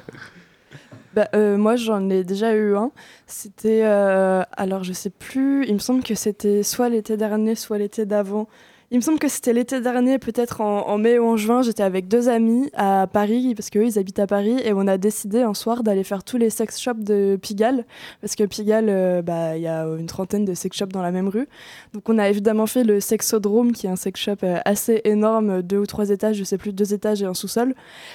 Bah, euh, moi, j'en ai déjà eu un. C'était. euh, alors, je sais plus. Il me semble que c'était soit l'été dernier, soit l'été d'avant. Il me semble que c'était l'été dernier, peut-être en, en mai ou en juin. J'étais avec deux amis à Paris, parce qu'eux, ils habitent à Paris. Et on a décidé un soir d'aller faire tous les sex shops de Pigalle. Parce que Pigalle, euh, bah, il y a une trentaine de sex shops dans la même rue. Donc, on a évidemment fait le Sexodrome, qui est un sex shop euh, assez énorme, deux ou trois étages, je sais plus, deux étages et un sous-sol.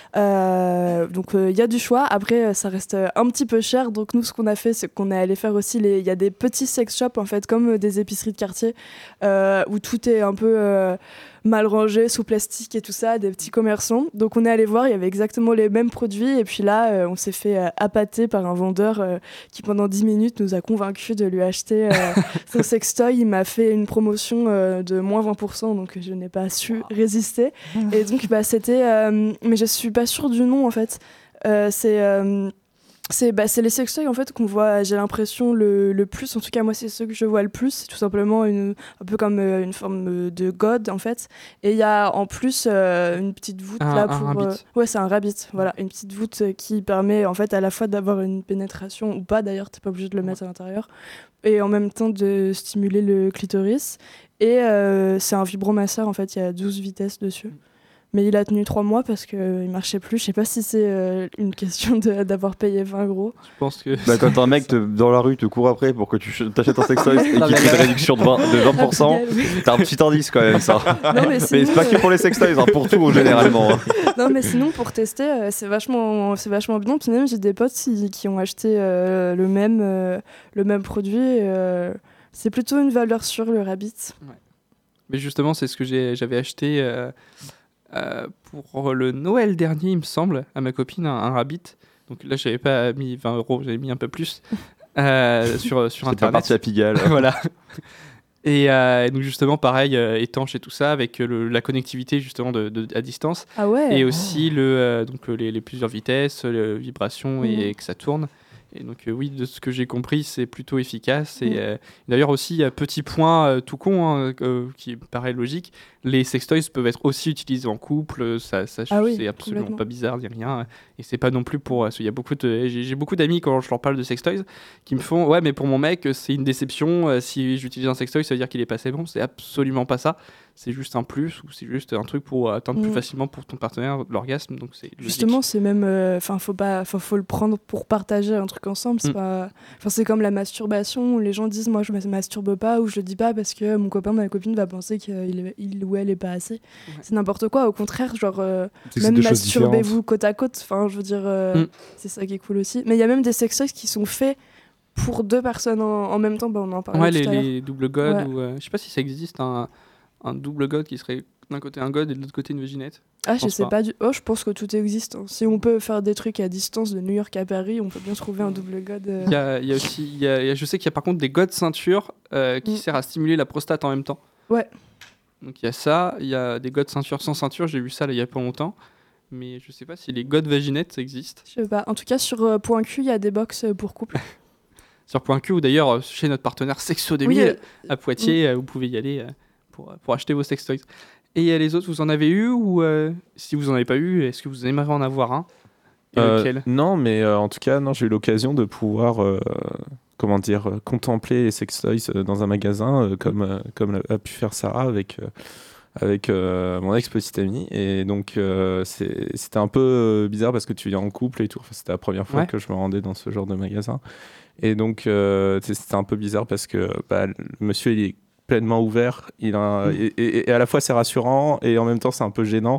Euh, donc il euh, y a du choix. Après, euh, ça reste euh, un petit peu cher. Donc nous, ce qu'on a fait, c'est qu'on est allé faire aussi les. Il y a des petits sex shops en fait, comme euh, des épiceries de quartier, euh, où tout est un peu euh, mal rangé, sous plastique et tout ça, des petits commerçants. Donc on est allé voir, il y avait exactement les mêmes produits. Et puis là, euh, on s'est fait euh, appâter par un vendeur euh, qui pendant dix minutes nous a convaincus de lui acheter euh, son sextoy. Il m'a fait une promotion euh, de moins vingt pour cent, donc je n'ai pas su résister. Et donc bah, c'était. Euh, mais je suis pas sûre du nom en fait. Euh, c'est. Euh, C'est bah, c'est les sextoys en fait qu'on voit, j'ai l'impression, le, le plus. En tout cas, moi, c'est ceux que je vois le plus. C'est tout simplement une, un peu comme euh, une forme euh, de god en fait. Et il y a en plus euh, une petite voûte Un- là un pour. rabbit. euh, ouais, c'est un rabbit. Voilà, une petite voûte euh, qui permet en fait à la fois d'avoir une pénétration ou pas. D'ailleurs, t'es pas obligé de le mettre à l'intérieur. Et en même temps de stimuler le clitoris. Et euh, c'est un vibromasseur en fait. Il y a douze vitesses dessus. Mais il a tenu trois mois parce qu'il ne marchait plus. Je sais pas si c'est euh, une question de- d'avoir payé vingt gros. Je pense que. Bah, quand un mec te- dans la rue te court après pour que tu ch- t'achètes un sextoy et Non, qu'il mais te fait là- une réduction de vingt, de vingt pour cent, Ah, Pigalle, oui. t'as un petit indice quand même ça. Non, mais Mais sinon, c'est pas que euh, pour les sextoys, hein, pour tout généralement. hein. non, mais sinon, pour tester, euh, c'est vachement, c'est vachement bien. Puis même, j'ai des potes qui, qui ont acheté euh, le, même, euh, le même produit. et, euh, c'est plutôt une valeur sûre, le Rabbit. Mais justement, c'est ce que j'ai- j'avais acheté euh, euh, pour le Noël dernier, il me semble, à ma copine, un, un rabbit. Donc là, j'avais pas mis vingt euros, j'avais mis un peu plus euh, sur, sur C'est pas Internet. parti à Pigalle. Voilà. Et euh, donc justement, pareil, euh, étanche et tout ça, avec euh, le- la connectivité justement de, de- à distance. Ah ouais. Et aussi le, euh, donc, les, les plusieurs vitesses, les vibrations et, Mhm. que ça tourne. Et donc euh, oui, de ce que j'ai compris, c'est plutôt efficace. Et Mm. euh, d'ailleurs aussi, euh, petit point euh, tout con, hein, euh, qui paraît logique, les sextoys peuvent être aussi utilisés en couple. Ça, ça Ah oui, c'est absolument complètement. pas bizarre, il n'y a rien. Et c'est pas non plus pour. Il y a beaucoup de, j'ai, j'ai beaucoup d'amis quand je leur parle de sextoys qui me font ouais, mais pour mon mec, c'est une déception. euh, si j'utilise un sextoy, ça veut dire qu'il est pas assez bon. C'est absolument pas ça. C'est juste un plus ou c'est juste un truc pour atteindre plus Mm. facilement pour ton partenaire l'orgasme. Donc c'est logique. Justement, c'est même. Enfin, faut pas. Faut, faut le prendre pour partager un truc ensemble. C'est Mm. pas. Enfin, c'est comme la masturbation où les gens disent moi je me masturbe pas ou je le dis pas parce que mon copain, ma copine va penser qu'il est- il ou elle est pas assez. C'est n'importe quoi. Au contraire, genre euh, C'est que c'est même deux choses masturbez-vous côte à côte. Enfin, je veux dire, euh, Mm. c'est ça qui est cool aussi. Mais il y a même des sextoys qui sont faits pour deux personnes en, en même temps. Bah, on en parlait Ouais, tout les, à l'heure. les double godes. Ouais. Ou, euh, je sais pas si ça existe un, un double god qui serait d'un côté un god et de l'autre côté une vaginette. Ah, je pense sais pas. pas. Du... Oh, je pense que tout existe. hein. Si on peut faire des trucs à distance de New York à Paris, on peut bien trouver un double god. euh. Il y a, il y a aussi, il y a- il y a- je sais qu'il y a par contre des godes ceinture euh, qui Mm. servent à stimuler la prostate en même temps. Ouais. Donc il y a ça, il y a des godes ceinture sans ceinture, j'ai vu ça là, il y a pas longtemps. Mais je sais pas si les godes vaginettes ça existe. Je sais pas. En tout cas, sur euh, Point Q, il y a des box euh, pour couple. Sur Point Q ou d'ailleurs euh, chez notre partenaire Sexo deux mille Oui, euh, à Poitiers, euh, vous pouvez y aller euh, pour, pour acheter vos sextoys. Et euh, les autres, vous en avez eu ou euh, si vous en avez pas eu, est-ce que vous aimeriez en avoir un Et Euh, lequel Non, mais euh, en tout cas, non, j'ai eu l'occasion de pouvoir, euh, comment dire, euh, contempler les sextoys euh, dans un magasin, euh, comme, euh, comme a pu faire Sarah avec, euh, avec euh, mon ex-petite amie. Et donc, euh, c'est- c'était un peu euh, bizarre parce que tu viens en couple et tout. Enfin, c'était la première fois Ouais. que je me rendais dans ce genre de magasin. Et donc, euh, tu sais, c'était un peu bizarre parce que bah, le monsieur, il est pleinement ouvert, il a, et, et- et à la fois c'est rassurant et en même temps c'est un peu gênant.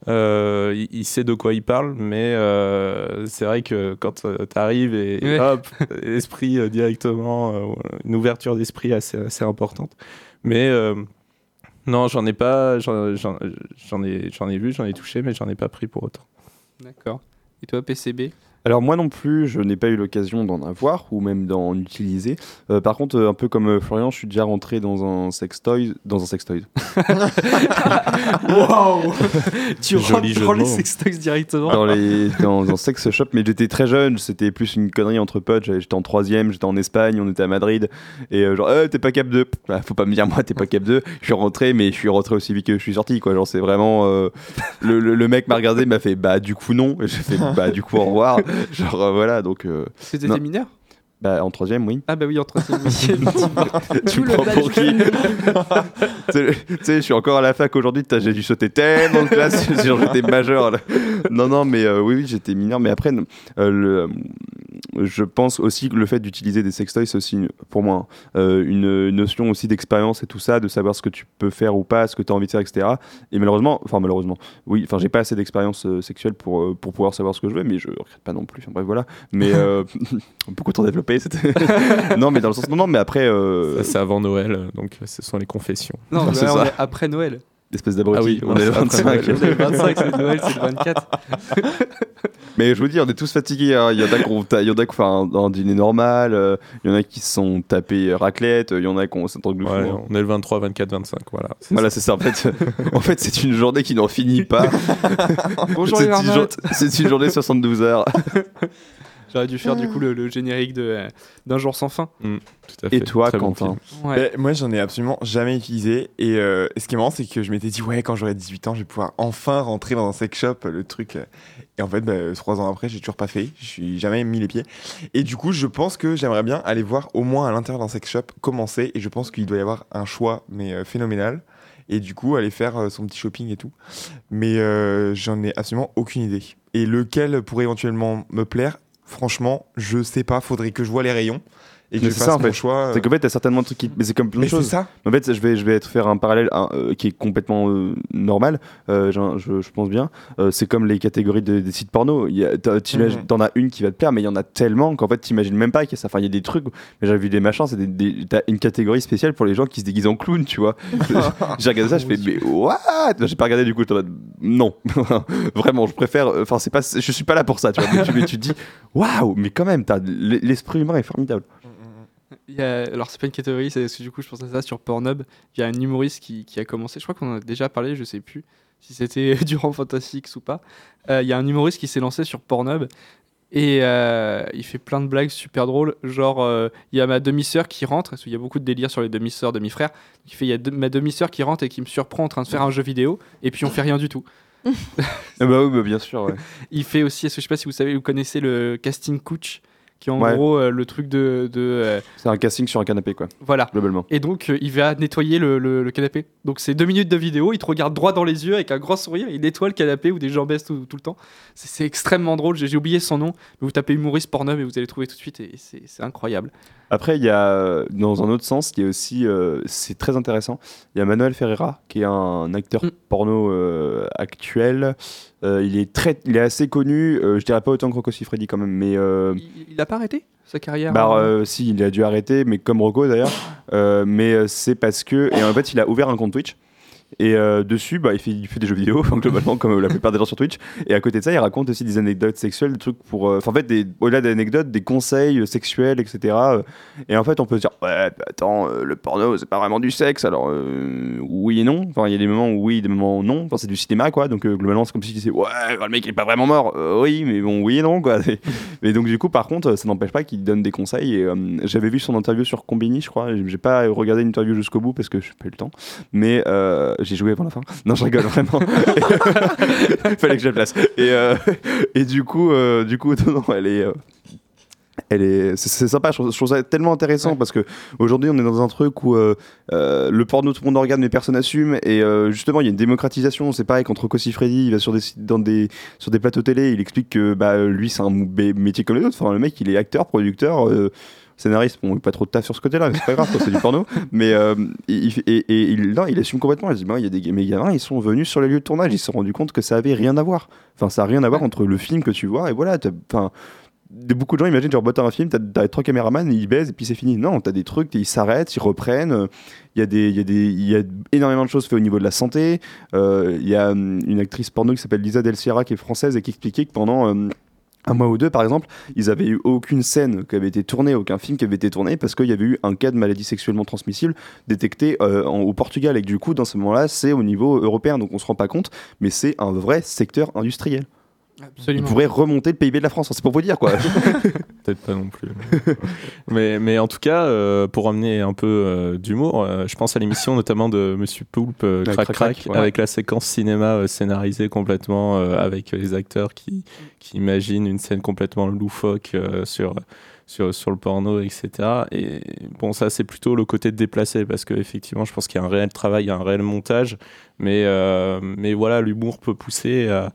Euh, il, il sait de quoi il parle, mais euh, c'est vrai que quand euh, tu arrives et, et Ouais. hop, esprit euh, directement, euh, une ouverture d'esprit assez, assez importante. Mais euh, non, j'en ai pas, j'en, j'en, j'en ai, j'en ai vu, j'en ai touché, mais j'en ai pas pris pour autant. D'accord. Et toi, P C B? Alors moi non plus, je n'ai pas eu l'occasion d'en avoir ou même d'en utiliser. Euh, par contre, euh, un peu comme euh, Florian, je suis déjà rentré dans un sextoy, dans un sextoy. Waouh Tu Joli rentres jeu de dans les mots. sextoys directement. dans, les, dans un sex shop, mais j'étais très jeune, c'était plus une connerie entre potes. J'avais- J'étais en troisième, j'étais en Espagne, on était à Madrid, et euh, genre, euh, t'es pas cap deux. Bah, faut pas me dire moi, t'es pas cap deux. Je suis rentré, mais je suis rentré aussi vite que je suis sorti, quoi. Genre, c'est vraiment. euh, le, le, le mec m'a regardé, m'a fait, bah, du coup, non. Et j'ai fait, bah, du coup, au revoir. Genre, euh, voilà, donc. euh, C'était Non. des mineurs? bah, en troisième, oui. Ah bah oui, entre ces Tu D'où me le prends badge pour qui? féminin. Tu sais, tu sais, je suis encore à la fac aujourd'hui, putain, j'ai dû sauter tellement de classe, genre j'étais majeur là. Non, non, mais euh, oui, oui, j'étais mineur, mais après, non, euh, le, je pense aussi que le fait d'utiliser des sextoys, c'est aussi, une- pour moi, euh, une notion aussi d'expérience et tout ça, de savoir ce que tu peux faire ou pas, ce que tu as envie de faire, et cetera. Et malheureusement, enfin malheureusement, oui, enfin j'ai pas assez d'expérience euh, sexuelle pour, euh, pour pouvoir savoir ce que je veux, mais je regrette pas non plus, enfin, bref, voilà. Mais euh, beaucoup trop développé, c'était... non, mais dans le sens, non, non, mais après... euh, Ça, c'est avant Noël, euh, donc euh, ce sont les confessions. Non, Non, c'est là, on ça. est après Noël. Espèce d'abruti, Ah oui, on on est est le après vingt-cinq. Noël. C'est le vingt-cinq, c'est Noël, c'est le vingt-quatre. Mais je vous dis, on est tous fatigués. hein. Il y en a qui ont, il y en a qui ont fait un, un dîner normal. euh, Il y en a qui se sont tapés raclette. Il y en a qui ont cet angle Ouais, fou. on est le vingt-trois, vingt-quatre, vingt-cinq, voilà. C'est Voilà, c'est ça. En fait, en fait c'est une journée qui n'en finit pas. Bonjour c'est, les une jour- marmottes. c'est une journée soixante-douze heures. J'aurais dû faire du coup le, le générique de, euh, d'un jour sans fin. Mm, tout à fait. Et toi, Très bon Quentin film. Ouais. Ben, moi, j'en ai absolument jamais utilisé. Et euh, ce qui est marrant, c'est que je m'étais dit, ouais, quand j'aurai dix-huit ans, je vais pouvoir enfin rentrer dans un sex shop, le truc. euh. Et en fait, ben, trois ans après, j'ai toujours pas fait. Je suis jamais mis les pieds. Et du coup, je pense que j'aimerais bien aller voir au moins à l'intérieur d'un sex shop comment c'est. Et je pense qu'il doit y avoir un choix, mais euh, phénoménal. Et du coup, aller faire euh, son petit shopping et tout. Mais euh, j'en ai absolument aucune idée. Et lequel pourrait éventuellement me plaire? Franchement, je sais pas. Faudrait que je vois les rayons et que Mais je c'est fasse ça, en mon fait. choix. C'est qu'en fait, t'as certainement un truc qui. Mais c'est comme plein de Mais c'est choses. ça. En fait, je vais, je vais te faire un parallèle hein, euh, qui est complètement euh, normal, euh, je, je- je pense bien. Euh, c'est comme les catégories de- des sites porno. Il y a- t'as- t'imagines- Mhm. T'en as une qui va te plaire, mais il y en a tellement qu'en fait, t'imagines même pas qu'il y a ça. Enfin, il y a des trucs, mais j'ai vu des machins, c'est des, des- t'as une catégorie spéciale pour les gens qui se déguisent en clown, tu vois. J'ai regardé ça, je fais, mais what? J'ai pas regardé du coup, j'étais en mode, non. Vraiment, je préfère. Enfin, c'est pas, je suis pas là pour ça, tu vois. Mais tu, mais tu te dis, waouh, mais quand même, t'as- l'esprit humain est formidable. Il y a- alors c'est pas une catégorie, c'est parce que du coup je pense à ça sur Pornhub. Il y a un humoriste qui, qui a commencé, je crois qu'on en a déjà parlé, je sais plus si c'était durant Fantastics ou pas. Euh, Il y a un humoriste qui s'est lancé sur Pornhub Et euh, il fait plein de blagues super drôles. Genre, il euh, y a ma demi-sœur qui rentre, parce qu'il y a beaucoup de délire sur les demi-sœurs, demi-frères. Il fait, il y a de, ma demi-sœur qui rentre et qui me surprend en train de faire un jeu vidéo, et puis on fait rien du tout. Ah bah oui, bah bien sûr. Ouais. Il fait aussi, est-ce que je sais pas si vous savez, vous connaissez le casting couch, qui est en Ouais. gros euh, le truc de. de euh, C'est un casting sur un canapé, quoi. Voilà. Globalement. Et donc, euh, il va nettoyer le, le, le canapé. Donc, c'est deux minutes de vidéo. Il te regarde droit dans les yeux avec un grand sourire. Il nettoie le canapé ou des gens baissent tout, tout le temps. C'est, c'est extrêmement drôle. J'ai, j'ai oublié son nom. Mais vous tapez humoriste Pornhub et vous allez le trouver tout de suite. Et c'est, c'est incroyable. Après, il y a, dans un autre sens, il y a aussi, euh, c'est très intéressant, il y a Manuel Ferreira, qui est un acteur Mm. porno euh, actuel. Euh, il, est très, il est assez connu, euh, je dirais pas autant que Rocco Siffredi quand même, mais... Euh, Il, il a pas arrêté sa carrière bah, hein euh, si, il a dû arrêter, mais comme Rocco d'ailleurs. Euh, mais euh, c'est parce que... Et en fait, il a ouvert un compte Twitch. Et euh, dessus, bah, il, fait, il fait des jeux vidéo, enfin, globalement, comme la plupart des gens sur Twitch. Et à côté de ça, il raconte aussi des anecdotes sexuelles, des trucs pour. Euh, en fait, des, au-delà des anecdotes, des conseils sexuels, et cetera. Et en fait, on peut se dire, ouais, bah, attends, euh, le porno, c'est pas vraiment du sexe. Alors, euh, oui et non. Enfin, il y a des moments où oui, des moments où non. Enfin, c'est du cinéma, quoi. Donc, euh, globalement, c'est comme si tu disais, ouais, le mec, il est pas vraiment mort. Euh, oui, mais bon, oui et non, quoi. Et donc, du coup, par contre, ça n'empêche pas qu'il donne des conseils. Et euh, j'avais vu son interview sur Combini, je crois. J'ai pas regardé l'interview jusqu'au bout parce que je n'ai pas eu le temps. Mais euh, j'ai joué avant la fin. Non, je rigole vraiment. Fallait que je la place. Et, euh, et du coup, euh, du coup, non, elle est. Euh, Elle est, c'est, c'est sympa, je trouve, je trouve ça tellement intéressant ouais. Parce que aujourd'hui on est dans un truc où euh, euh, le porno tout le monde en regarde mais personne n'assume et euh, justement il y a une démocratisation. C'est pareil quand Rocco Siffredi il va sur des, dans des, sur des plateaux télé, il explique que bah, lui c'est un métier comme les autres. Enfin, le mec il est acteur, producteur. Euh, scénariste, bon, pas trop de taf sur ce côté-là, mais c'est pas grave, c'est du porno. Mais euh, il, et, et, et il, non, il assume complètement. Il dit, bah, il y a des mes gamins, ils sont venus sur les lieux de tournage, ils se sont rendus compte que ça avait rien à voir. Enfin, ça a rien à voir entre le film que tu vois et voilà. Enfin, beaucoup de gens imaginent genre, bah, t'as un film, t'as, t'as trois caméramans, ils baisent et puis c'est fini. Non, t'as des trucs, ils s'arrêtent, ils reprennent. Il y a des, il y a des, il y a énormément de choses faites au niveau de la santé. Euh, il y a une actrice porno qui s'appelle Lisa Del Sierra qui est française et qui expliquait que pendant euh, un mois ou deux, par exemple, ils avaient eu aucune scène qui avait été tournée, aucun film qui avait été tourné parce qu'il y avait eu un cas de maladie sexuellement transmissible détecté euh, en, au Portugal et que du coup, dans ce moment-là, c'est au niveau européen, donc on se rend pas compte, mais c'est un vrai secteur industriel. Absolument. Il pourrait remonter le P I B de la France, c'est pour vous dire quoi. Peut-être pas non plus. mais, mais en tout cas, euh, pour amener un peu euh, d'humour, euh, je pense à l'émission notamment de Monsieur Poulpe, euh, Crac Crac, crac ouais. Avec la séquence cinéma euh, scénarisée complètement euh, avec les acteurs qui, qui imaginent une scène complètement loufoque euh, sur... Sur, sur le porno, et cetera. Et bon, ça, c'est plutôt le côté de déplacé, parce qu'effectivement, je pense qu'il y a un réel travail, il y a un réel montage, mais, euh, mais voilà, l'humour peut pousser à,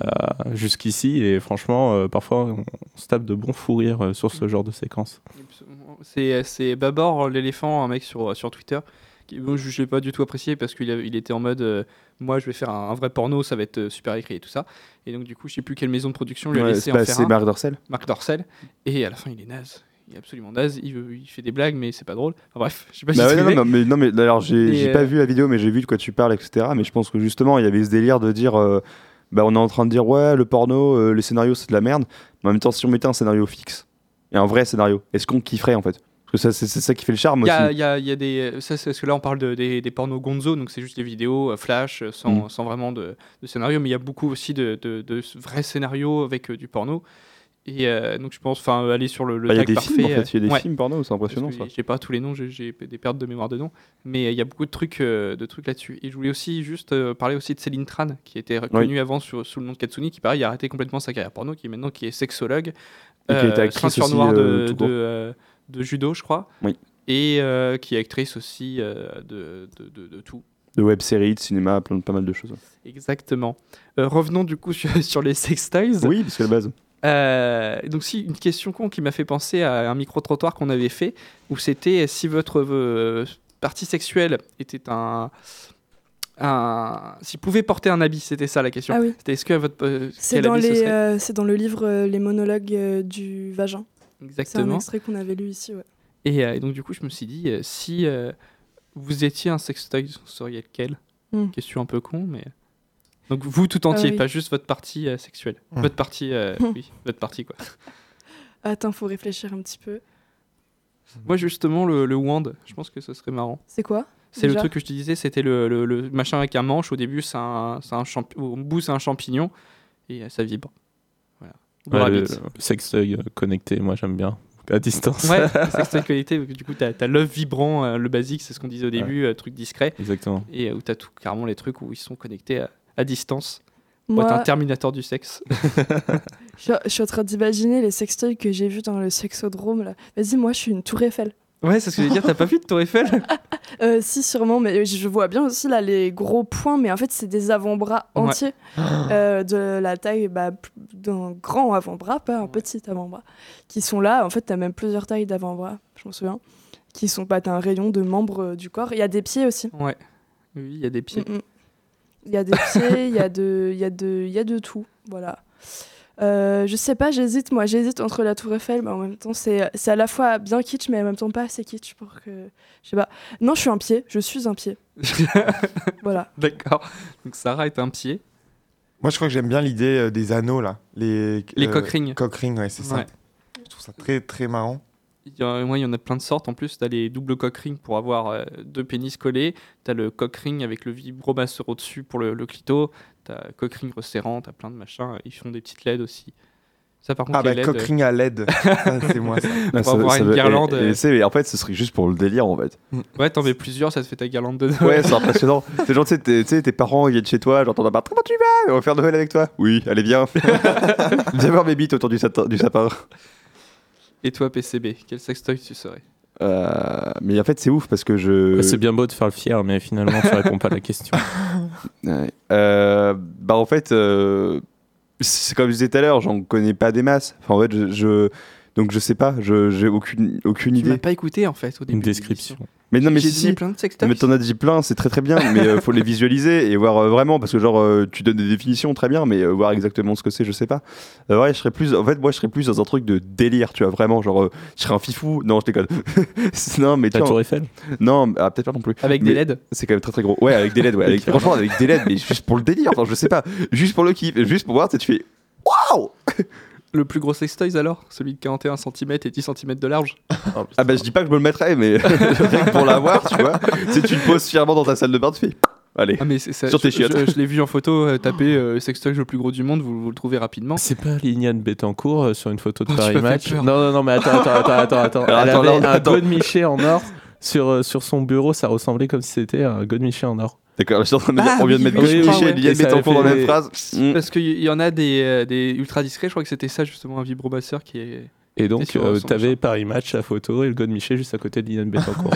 à jusqu'ici, et franchement, euh, parfois, on, on se tape de bons fous rires euh, sur ce genre de séquence. C'est, c'est Babor, l'éléphant, un mec sur, sur Twitter, qui, bon, je ne l'ai pas du tout apprécié, parce qu'il a, il était en mode... Euh, moi, je vais faire un, un vrai porno, ça va être super écrit et tout ça. Et donc, du coup, je sais plus quelle maison de production lui a ouais, laissé c'est en pas, faire c'est un. Marc Dorcel. Marc Dorcel. Et à la fin, il est naze. Il est absolument naze. Il, veut, il fait des blagues, mais c'est pas drôle. Enfin, bref, je sais pas bah si ouais, c'est non, non, mais, non, mais alors, j'ai, et j'ai euh... pas vu la vidéo, mais j'ai vu de quoi tu parles, et cetera. Mais je pense que justement, il y avait ce délire de dire euh, bah, on est en train de dire, ouais, le porno, euh, les scénarios, c'est de la merde. Mais en même temps, si on mettait un scénario fixe et un vrai scénario, est-ce qu'on kifferait en fait? Parce que ça, c'est, c'est ça qui fait le charme y a, aussi. Il y a, y a des... Ça, c'est parce que là, on parle de, des, des pornos gonzo, donc c'est juste des vidéos euh, flash, sans, mm. sans vraiment de, de scénario. Mais il y a beaucoup aussi de, de, de vrais scénarios avec euh, du porno. Et euh, donc, je pense, enfin, aller sur le, le bah, tag y a des parfait. Films, en fait. Il y a des ouais. films porno, c'est impressionnant ça. J'ai pas tous les noms, j'ai, j'ai des pertes de mémoire de noms. Mais il y a beaucoup de trucs, euh, de trucs là-dessus. Et je voulais aussi juste euh, parler aussi de Céline Tran, qui était connue oui. avant sur, sous le nom de Katsuni, qui pareil, a arrêté complètement sa carrière porno, qui est maintenant qui est sexologue. Et euh, qui était actrice ceinture aussi, noire de, euh, de, de, de judo, je crois. Oui. Et euh, qui est actrice aussi euh, de, de, de, de tout. De web-séries, de cinéma, plein, pas mal de choses. Exactement. Euh, revenons du coup sur, sur les sextoys. Oui, parce que la base. Euh, donc si, une question con qui m'a fait penser à un micro-trottoir qu'on avait fait, où c'était si votre euh, partie sexuelle était un... Un... S'il pouvait porter un habit, c'était ça la question. Ah oui. C'était est-ce que votre... Euh, c'est, dans les, euh, c'est dans le livre euh, Les monologues euh, du vagin. Exactement. C'est un extrait qu'on avait lu ici, ouais. Et, euh, et donc du coup je me suis dit euh, si euh, vous étiez un sextoy, vous seriez lequel? mm. Question un peu con, mais donc vous tout entier, ah, oui. pas juste votre partie euh, sexuelle, mm. votre partie, euh, oui, votre partie quoi. Attends, faut réfléchir un petit peu. Moi justement le, le wand, je pense que ce serait marrant. C'est quoi? C'est déjà le truc que je te disais, c'était le, le, le machin avec un manche. Au début c'est un, c'est un champi- au bout c'est un champignon et euh, ça vibre. Voilà. Gros Ouais, Rabbit. le, le sextoy euh, connecté, moi j'aime bien. À distance. Ouais, sextoy connecté, du coup t'as, t'as l'œuf vibrant, euh, le basique, c'est ce qu'on disait au début, euh, truc discret. Exactement. Et euh, où t'as tout, carrément les trucs où ils sont connectés à, à distance. Moi, Ouais, t'es un terminator du sexe. je, je suis en train d'imaginer les sextoys que j'ai vus dans le sexodrome. Là. Vas-y, moi, je suis une tour Eiffel. Ouais, c'est ce que je veux dire, t'as pas vu de Tour Eiffel? Euh, si, sûrement, mais je vois bien aussi là les gros points, mais en fait, c'est des avant-bras Ouais. entiers euh, de la taille bah, p- d'un grand avant-bras, pas un petit avant-bras, qui sont là. En fait, t'as même plusieurs tailles d'avant-bras, je m'en souviens, qui sont pas, t'as un rayon de membres euh, du corps. Il y a des pieds aussi. Ouais. Oui, il y a des pieds. Mm, mm. Il y a des pieds, il y a de, il y a de, il y a de tout, voilà. Euh, je sais pas, j'hésite, moi, j'hésite entre la Tour Eiffel, mais en même temps, c'est, c'est à la fois bien kitsch, mais en même temps pas assez kitsch pour que, je sais pas. Non, je suis un pied, je suis un pied. Voilà. D'accord. Donc Sarah est un pied. Moi, je crois que j'aime bien l'idée euh, des anneaux, là. Les, Les euh, cock-rings. Cock-rings, ouais, c'est ça. Ouais. Je trouve ça très, très marrant. Il y, a, ouais, il y en a plein de sortes. En plus, t'as les doubles cock-rings pour avoir euh, deux pénis collés. T'as le cock-ring avec le vibromasseur au-dessus pour le, le clito. T'as cock-ring resserrant. T'as plein de machins. Ils font des petites L E D aussi. Ça, par contre, Ah, bah, les L E D, cock-ring à L E D. Ça, c'est moi, ça. Pour avoir une veut- guirlande, et- et euh. tu sais, mais en fait, ce serait juste pour le délire, en fait. euh, ouais, t'en mets plusieurs, ça te fait ta guirlande de Noël. Ouais, c'est impressionnant. C'est genre, tu sais, t'es- tu sais, tes parents ils viennent chez toi, j'entends ta part. Comment tu vas? On va faire Noël avec toi. Oui, allez, viens. Viens voir mes bites autour du, sata- du sapin. Et toi, P C B, quel sextoy tu serais? Euh, mais en fait, c'est ouf parce que je. Ouais, c'est bien beau de faire le fier, mais finalement, tu réponds pas à la question. Ouais. Euh, bah, en fait, euh, c'est comme je disais tout à l'heure, j'en connais pas des masses. Enfin, en fait, je. je- Donc, je sais pas, je, j'ai aucune, aucune Tu m'as idée. pas écouté en fait au début. Une de description. l'émission. Mais non, mais J'ai si, donné si. plein de sextoys. Mais t'en as dit plein, c'est très très bien, mais euh, faut les visualiser et voir euh, vraiment, parce que genre euh, tu donnes des définitions très bien, mais euh, voir exactement ce que c'est, je sais pas. Euh, ouais, je serais plus, en fait, moi je serais plus dans un truc de délire, tu vois, vraiment, genre euh, je serais un fifou. Non, je déconne. non, mais tu La vois, Tour Eiffel. non, ah, peut-être pas non plus. Avec Mais des L E D. C'est quand même très très gros. Ouais, avec des L E D, ouais. Avec- franchement, avec des L E D, mais juste pour le délire, enfin, je sais pas, juste pour le kiff, juste pour voir, tu sais, tu fais waouh. Le plus gros sextoys alors? Celui de quarante et un centimètres et dix centimètres de large? Ah bah je dis pas que je me le mettrais, mais rien que pour l'avoir, tu vois. Si tu te poses fièrement dans ta salle de bain, tu fais allez. Ah mais c'est ça. Sur tes je, chiottes. je- je l'ai vu en photo, euh, taper euh, sextoy le plus gros du monde, vous, vous le trouvez rapidement. C'est pas Liliane Bettencourt euh, sur une photo de Oh, tu Paris m'as fait Match? peur. Non, non, non, mais attends, attends, attends, attends. attends. Alors, Elle attends, avait là, un attends. godemiché en or sur, euh, sur son bureau, ça ressemblait comme si c'était un godemiché en or. D'accord, je suis en train de me dire, Ah, on vient de oui, mettre oui, Gauche je crois, Michel ouais. et Liliane Et ça Bettencourt dans la avait même fait- phrase. Mm. Parce qu'il y en a des, euh, des ultra discrets, je crois que c'était ça justement, un vibromasseur qui est. Et donc, sur euh, son t'avais machin. Paris Match, la photo, et le godemiché juste à côté de Liliane Bettencourt.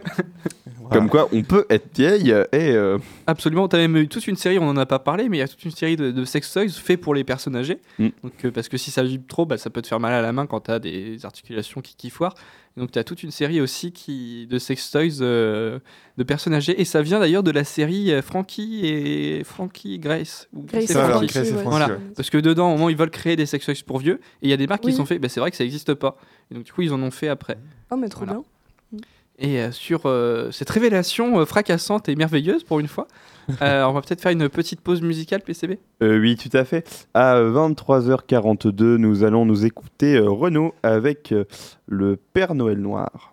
Comme quoi, on peut être vieille et. euh, Absolument, t'as même eu toute une série, on en a pas parlé, mais il y a toute une série de, de sextoys faits pour les personnes âgées. Mm. Donc, euh, parce que si ça vibre trop, bah, ça peut te faire mal à la main quand t'as des articulations qui, qui foirent. Et donc t'as toute une série aussi qui, de sextoys euh, de personnes âgées. Et ça vient d'ailleurs de la série euh, Frankie et Frankie Grace. Ou Grace c'est et Ça, alors, Frankie. Grace et ouais. Frankie, Voilà. ouais. Parce que dedans, au moment où ils veulent créer des sextoys pour vieux, et il y a des marques Oui. qui sont fait, bah, c'est vrai que ça n'existe pas. Et donc du coup, ils en ont fait après. Oh, mais trop Voilà. bien. Et euh, sur euh, cette révélation euh, fracassante et merveilleuse pour une fois, euh, on va peut-être faire une petite pause musicale, P C B. euh, oui, tout à fait. À vingt-trois heures quarante-deux, nous allons nous écouter euh, Renaud avec euh, le Père Noël Noir.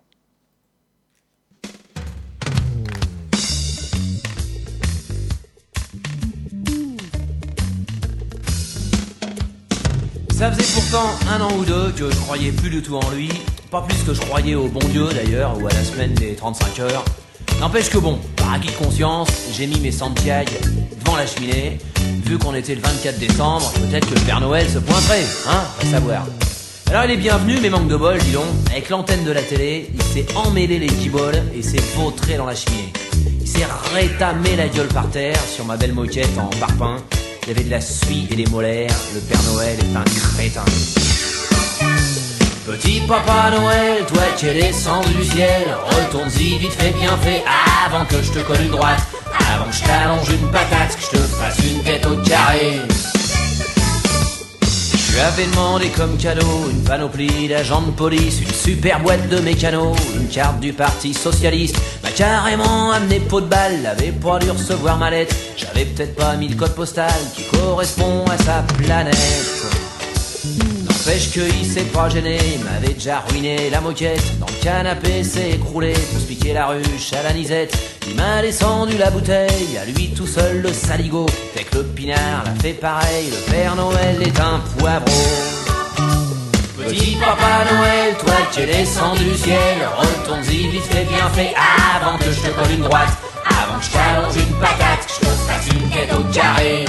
Ça faisait pourtant un an ou deux que je croyais plus du tout en lui. Pas plus que je croyais au bon Dieu d'ailleurs, ou à la semaine des trente-cinq heures. N'empêche que bon, par acquis de conscience, j'ai mis mes Santiago devant la cheminée. Vu qu'on était le vingt-quatre décembre, peut-être que le Père Noël se pointerait, hein, à savoir. Alors il est bienvenu, mais manque de bol, dis donc. Avec l'antenne de la télé, il s'est emmêlé les guiboles et s'est vautré dans la cheminée. Il s'est rétamé la gueule par terre sur ma belle moquette en parpaing. Il y avait de la suie et des molaires, le Père Noël est un crétin. Petit Papa Noël, toi qui es descendu du ciel, retourne-y vite fait bien fait, avant que je te colle une droite, avant que je t'allonge une patate, que je te fasse une tête au carré. Je lui avais demandé comme cadeau une panoplie d'agents de police, une super boîte de mécano, une carte du parti socialiste. M'a carrément amené pot de balle, avait pas dû recevoir ma lettre. J'avais peut-être pas mis le code postal qui correspond à sa planète. N'empêche qu'il s'est pas gêné, il m'avait déjà ruiné la moquette. Dans le canapé s'est écroulé pour se piquer la ruche à la nisette. Il m'a descendu la bouteille, à lui tout seul le saligo. Fait que le pinard l'a fait pareil, le Père Noël est un poivreau. Petit Papa Noël, toi qui es descendu du ciel, retourne-y vite fait bien fait, avant que je te colle une droite, avant que je t'allonge une patate, que je te fasse une tête au carré.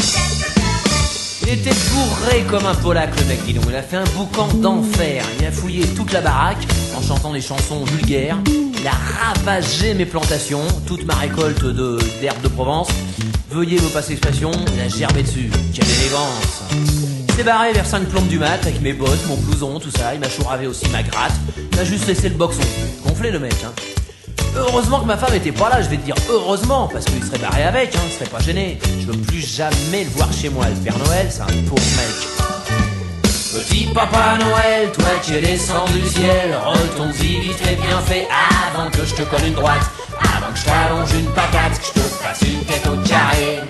Il était bourré comme un Polac le mec, dis donc. Il a fait un boucan d'enfer. Il a fouillé toute la baraque en chantant des chansons vulgaires. Il a ravagé mes plantations, toute ma récolte de, d'herbes de Provence. Veuillez me passer l'expression, il a gerbé dessus. Quelle élégance. Il s'est barré vers cinq plombes du mat avec mes bottes, mon blouson, tout ça. Il m'a chouravé aussi ma gratte. Il a juste laissé le boxon. Gonflé le mec, hein. Heureusement que ma femme était pas là, je vais te dire heureusement, parce qu'il serait barré avec, hein, il serait pas gêné. Je veux plus jamais le voir chez moi, le Père Noël, c'est un pauvre mec. Petit Papa Noël, toi qui es descendu du ciel, retourne-y vite fait bien fait, avant que je te colle une droite, avant que je t'allonge une patate, que je te fasse une tête au carré.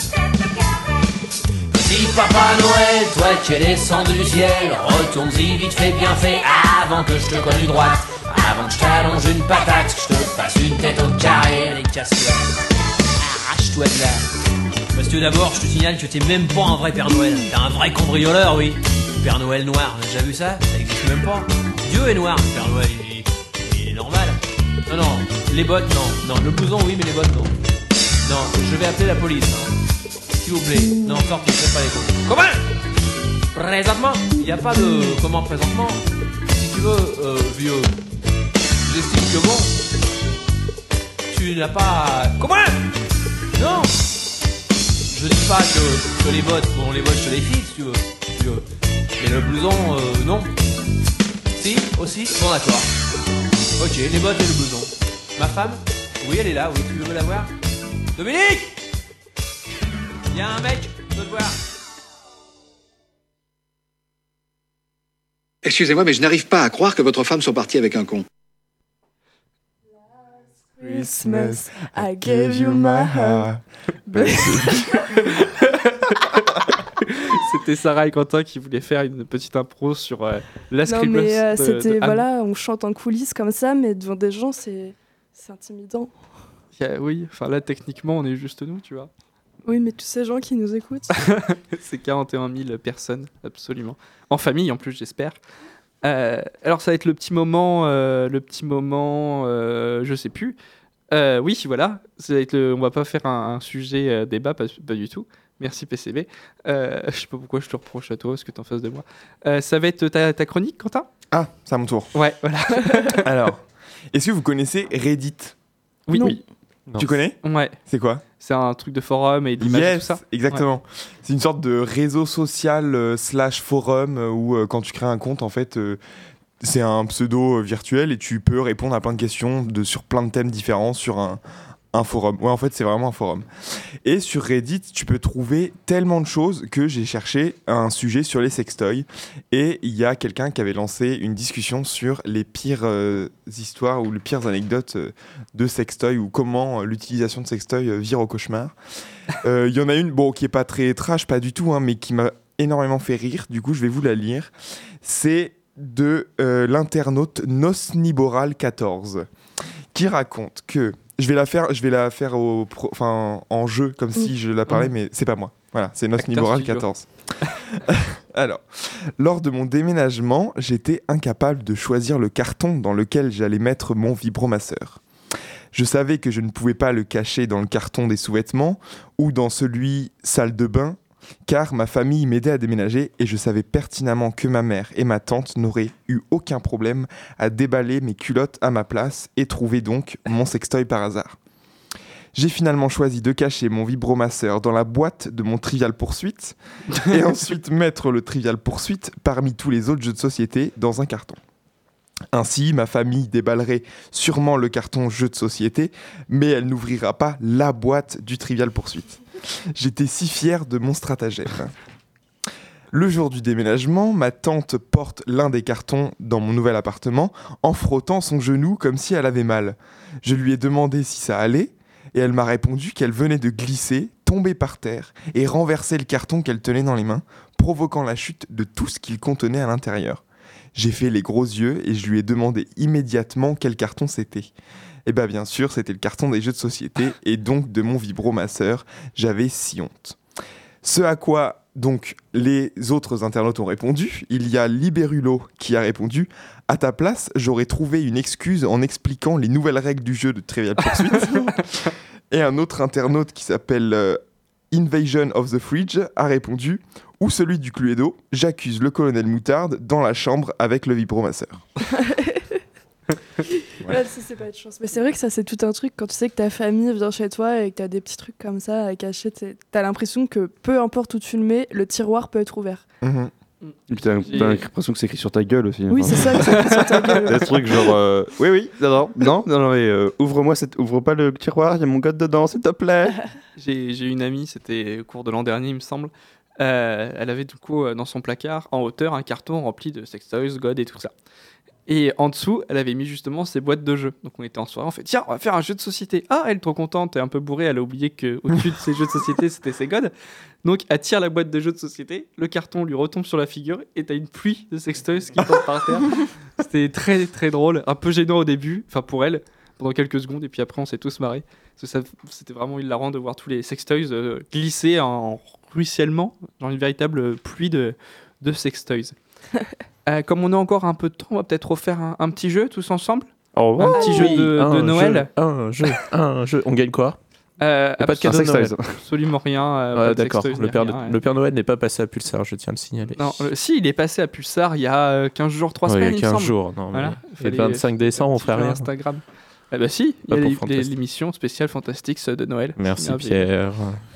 Petit Papa Noël, toi qui es descendu du ciel, retourne-y vite fait bien fait, avant que je te colle une droite, avant que je t'allonge une patate, que je te fasse une tête au carré. Allez, casse-toi, arrache-toi de là. Parce que d'abord, je te signale que t'es même pas un vrai Père Noël. T'es un vrai cambrioleur, oui. Le Père Noël noir, t'as déjà vu ça? Ça existe même pas. Dieu est noir, le Père Noël, il, il, il est normal. Non, non, les bottes, non. Non, le blouson, oui, mais les bottes, non. Non, je vais appeler la police, hein. S'il vous plaît. Non, sortez, faites pas les cons. Comment? Présentement, il n'y a pas de... Comment présentement? Si tu veux, euh, vieux... J'estime que bon, tu n'as pas... Comment? Non. Je dis pas que, que les bottes, bon les bottes je te les file si tu veux, si tu veux. Mais le blouson, euh, non. Si, aussi, bon d'accord. Ok, les bottes et le blouson. Ma femme? Oui, elle est là, oui, tu veux la voir? Dominique! Il y a un mec, je veux te voir. Excusez-moi, mais je n'arrive pas à croire que votre femme soit partie avec un con. Christmas, I gave you my heart. C'était Sarah et Quentin qui voulaient faire une petite impro sur euh, Last Non, Christmas. mais euh, de- c'était, de- voilà, on chante en coulisses comme ça, mais devant des gens, c'est, c'est intimidant. Yeah, oui, enfin là, techniquement, on est juste nous, tu vois. Oui, mais tous ces gens qui nous écoutent. C'est quarante et un mille personnes, absolument. En famille, en plus, j'espère. Euh, alors, ça va être le petit moment, euh, le petit moment, euh, je sais plus. Euh, oui, voilà. Ça va être le, on va pas faire un, un sujet euh, débat, pas, pas du tout. Merci P C B. Euh, je sais pas pourquoi je te reproche à toi, parce que t'es en face de moi. Euh, ça va être ta, ta chronique, Quentin ? Ah, c'est à mon tour. Ouais, voilà. Alors, est-ce que vous connaissez Reddit ? Oui. Non. oui. Non. Tu connais ? Ouais. C'est quoi ? C'est un truc de forum et d'images et Yes, tout ça. exactement. C'est une sorte de réseau social euh, slash forum euh, où euh, quand tu crées un compte, en fait, euh, c'est un pseudo euh, virtuel et tu peux répondre à plein de questions de, sur plein de thèmes différents sur un, un forum. Ouais, en fait, c'est vraiment un forum. Et sur Reddit, tu peux trouver tellement de choses que j'ai cherché un sujet sur les sextoys. Et il y a quelqu'un qui avait lancé une discussion sur les pires euh, histoires ou les pires anecdotes euh, de sextoys ou comment euh, l'utilisation de sextoys euh, vire au cauchemar. Il euh, y en a une, bon, qui est pas très trash, pas du tout, hein, mais qui m'a énormément fait rire. Du coup, je vais vous la lire. C'est de euh, l'internaute Nosniboral quatorze qui raconte que je vais la faire, je vais la faire au pro, enfin, en jeu comme si je la parlais, mais c'est pas moi. Voilà, c'est Nosniboral quatorze. Alors, lors de mon déménagement, j'étais incapable de choisir le carton dans lequel j'allais mettre mon vibromasseur. Je savais que je ne pouvais pas le cacher dans le carton des sous-vêtements ou dans celui salle de bain, car ma famille m'aidait à déménager et je savais pertinemment que ma mère et ma tante n'auraient eu aucun problème à déballer mes culottes à ma place et trouver donc mon sextoy par hasard. J'ai finalement choisi de cacher mon vibromasseur dans la boîte de mon Trivial Poursuite et ensuite mettre le Trivial Poursuite parmi tous les autres jeux de société dans un carton. Ainsi, ma famille déballerait sûrement le carton jeu de société, mais elle n'ouvrira pas la boîte du Trivial Poursuite. J'étais si fier de mon stratagème. Le jour du déménagement, ma tante porte l'un des cartons dans mon nouvel appartement en frottant son genou comme si elle avait mal. Je lui ai demandé si ça allait et elle m'a répondu qu'elle venait de glisser, tomber par terre et renverser le carton qu'elle tenait dans les mains, provoquant la chute de tout ce qu'il contenait à l'intérieur. J'ai fait les gros yeux et je lui ai demandé immédiatement quel carton c'était. Et bah bien sûr, c'était le carton des jeux de société et donc de mon vibromasseur. J'avais si honte. Ce à quoi donc les autres internautes ont répondu. Il y a Liberulo qui a répondu « À ta place, j'aurais trouvé une excuse en expliquant les nouvelles règles du jeu de Trivial Pursuit. » Et un autre internaute qui s'appelle euh, Invasion of the Fridge a répondu « Ou celui du Cluedo, j'accuse le colonel Moutarde dans la chambre avec le vibromasseur. » Ouais, ça, c'est pas de chance. Mais c'est vrai que ça, c'est tout un truc. Quand tu sais que ta famille vient chez toi et que t'as des petits trucs comme ça à cacher, t'as l'impression que peu importe où tu le mets, le tiroir peut être ouvert. Mmh. Et puis t'as, t'as l'impression que c'est écrit sur ta gueule aussi. Oui, enfin. c'est ça que c'est écrit sur ta gueule. Des trucs genre euh, oui, oui, non, non, non, non, non mais euh, ouvre-moi cette, ouvre pas le tiroir, il y a mon code dedans, s'il te plaît. J'ai, j'ai une amie, c'était au cours de l'an dernier, il me semble. Euh, elle avait du coup euh, dans son placard, en hauteur, un carton rempli de sextoys, God et tout ça. Et en dessous, elle avait mis justement ses boîtes de jeux. Donc on était en soirée, on fait tiens, on va faire un jeu de société. Ah, elle est trop contente, et un peu bourrée, elle a oublié qu'au-dessus de ses jeux de société, c'était ses gods. Donc elle tire la boîte de jeux de société, le carton lui retombe sur la figure, et t'as une pluie de sextoys qui tombe par terre. C'était très très drôle, un peu gênant au début, enfin pour elle, pendant quelques secondes, et puis après on s'est tous marrés. Parce que ça, c'était vraiment hilarant de voir tous les sextoys euh, glisser en ruissellement, dans une véritable pluie de, de sextoys. Euh, comme on a encore un peu de temps, on va peut-être refaire un, un petit jeu tous ensemble. Oh, un petit oui, jeu de, un de Noël. Jeu, un jeu, un jeu. On gagne quoi? euh, Pas de cadeau de Noël. Absolument rien. Euh, ouais, pas de d'accord. sextoys, Le Père, rien, de, ouais. le Père Noël n'est pas passé à Pulsar, je tiens à le signaler. Non, euh, si, il est passé à Pulsar il y a euh, quinze jours, trois ouais, semaines. Il y a quinze il jours. Non, voilà. mais le vingt-cinq décembre, on ferait rien. Instagram. Eh ben si, il y a les, les, l'émission spéciale Fantastics de Noël. Merci bien, Pierre.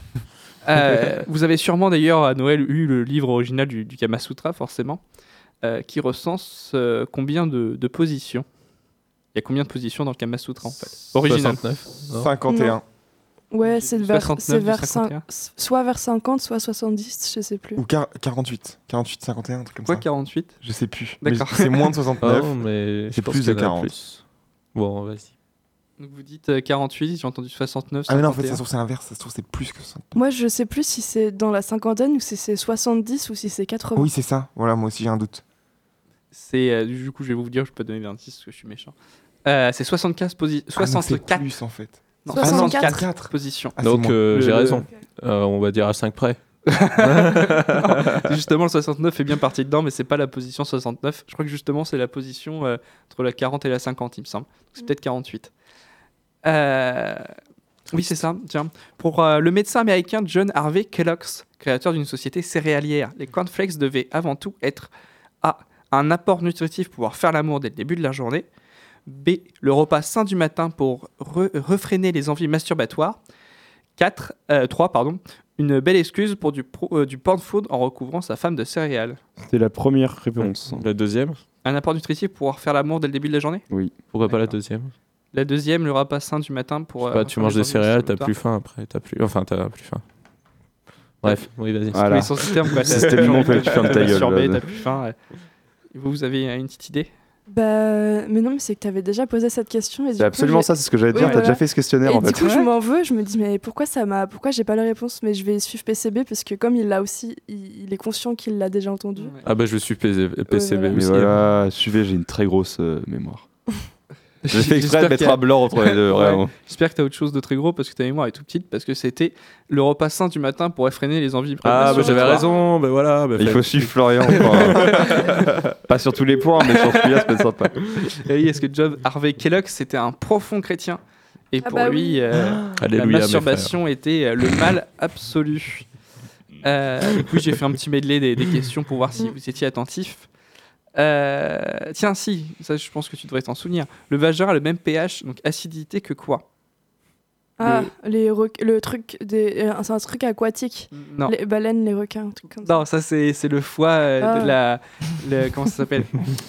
Euh, vous avez sûrement d'ailleurs à Noël eu le livre original du, du Kama Sutra, forcément, euh, qui recense euh, combien de, de positions. Il y a combien de positions dans le Kama Sutra en fait? Original. soixante-neuf. cinquante et un. Ouais, c'est vers, c'est vers cinquante et un. cinq, soit vers cinquante, soit soixante-dix, je sais plus. Ou car- quarante-huit. quarante-huit, cinquante et un, un truc comme Quoi, ça. quarante-huit? Je sais plus. D'accord. Mais c'est moins de soixante-neuf. Oh, mais c'est je pense plus de qu'il y en a quarante. plus. Bon, vas-y. Donc vous dites euh, quarante-huit, j'ai entendu soixante-neuf. Ah mais non, en fait, cinquante et un. ça se trouve c'est l'inverse, ça se trouve c'est plus que ça. Moi, je sais plus si c'est dans la cinquantaine ou si c'est soixante-dix ou si c'est quatre-vingts. Oui, c'est ça. Voilà, moi aussi j'ai un doute. C'est, euh, du coup, je vais vous dire, je peux donner d'indices parce que je suis méchant. Euh, c'est soixante-quinze positions. Ah, donc c'est soixante-quatre. plus en fait. Non, soixante-quatre. soixante-quatre positions. Ah, c'est Donc moins. euh, Le- j'ai le- raison. Euh, on va dire à cinq près. Non, justement, le soixante-neuf fait bien partie dedans, mais c'est pas la position soixante-neuf. Je crois que justement, c'est la position euh, entre la quarante et la cinquante, il me semble. Donc, c'est peut-être quarante-huit. Euh... Oui, c'est ça. Tiens. Pour euh, le médecin américain John Harvey Kellogg, créateur d'une société céréalière, les cornflakes devaient avant tout être A. Un apport nutritif pour pouvoir faire l'amour dès le début de la journée. B. Le repas sain du matin pour re- refréner les envies masturbatoires. quatre, euh, trois. Pardon. Une belle excuse pour du, pro- euh, du porn food en recouvrant sa femme de céréales. C'était la première réponse. La deuxième? Un apport nutritif pour pouvoir faire l'amour dès le début de la journée. Oui. Pourquoi pas la D'accord. deuxième? La deuxième, le repas sain du matin pour... Je sais pas, euh, tu faire manges les des envies céréales, t'as masturbatoires. plus faim après. T'as plus... Enfin, t'as plus faim. Bref, oui, vas-y. Voilà. Oui, sans ce terme, quoi. C'était le moment que tu fermes ta gueule, Masturbé, là. t'as plus faim. ouais. Et Vous, vous avez euh, une petite idée? Bah, mais non, mais c'est que t'avais déjà posé cette question. Et du C'est coup, absolument j'ai- ça, c'est ce que j'allais Oui, dire. T'as voilà. déjà fait ce questionnaire Et en du fait. coup, je m'en veux, je me dis, mais pourquoi ça m'a, pourquoi j'ai pas la réponse? Mais je vais suivre P C B parce que comme il l'a aussi, il, il est conscient qu'il l'a déjà entendu. Ouais. Ah bah je suis P C B Ouais, voilà. Mais aussi. voilà, suivez, j'ai une très grosse euh, mémoire. J'ai fait exprès de J'espère mettre qu'il y a- un blanc entre les deux, Ouais. vraiment. J'espère que t'as autre chose de très gros parce que ta mémoire est tout petite, parce que c'était le repas sain du matin pour effréner les envies. Ah bah j'avais masturbatoires. raison, bah voilà. Bah, Il faites- faut suivre Florian. enfin, pas sur tous les points, mais sur celui-là, ça peut être sympa. Et oui, est-ce que John Harvey Kellogg, c'était un profond chrétien? Et Ah pour bah lui, oui. euh, la Alléluia, mes frères. masturbation était euh, le mal absolu. Euh, du coup, j'ai fait un petit medley des, des questions pour voir si vous étiez attentifs. Euh, tiens, si, ça je pense que tu devrais t'en souvenir. Le vagin a le même pH, donc acidité que quoi? Ah, les requ- le truc des, euh, c'est un truc aquatique. Non. Les baleines, les requins, un truc comme ça. Non, ça c'est, c'est le foie euh, Ah. de la. Le, comment ça s'appelle?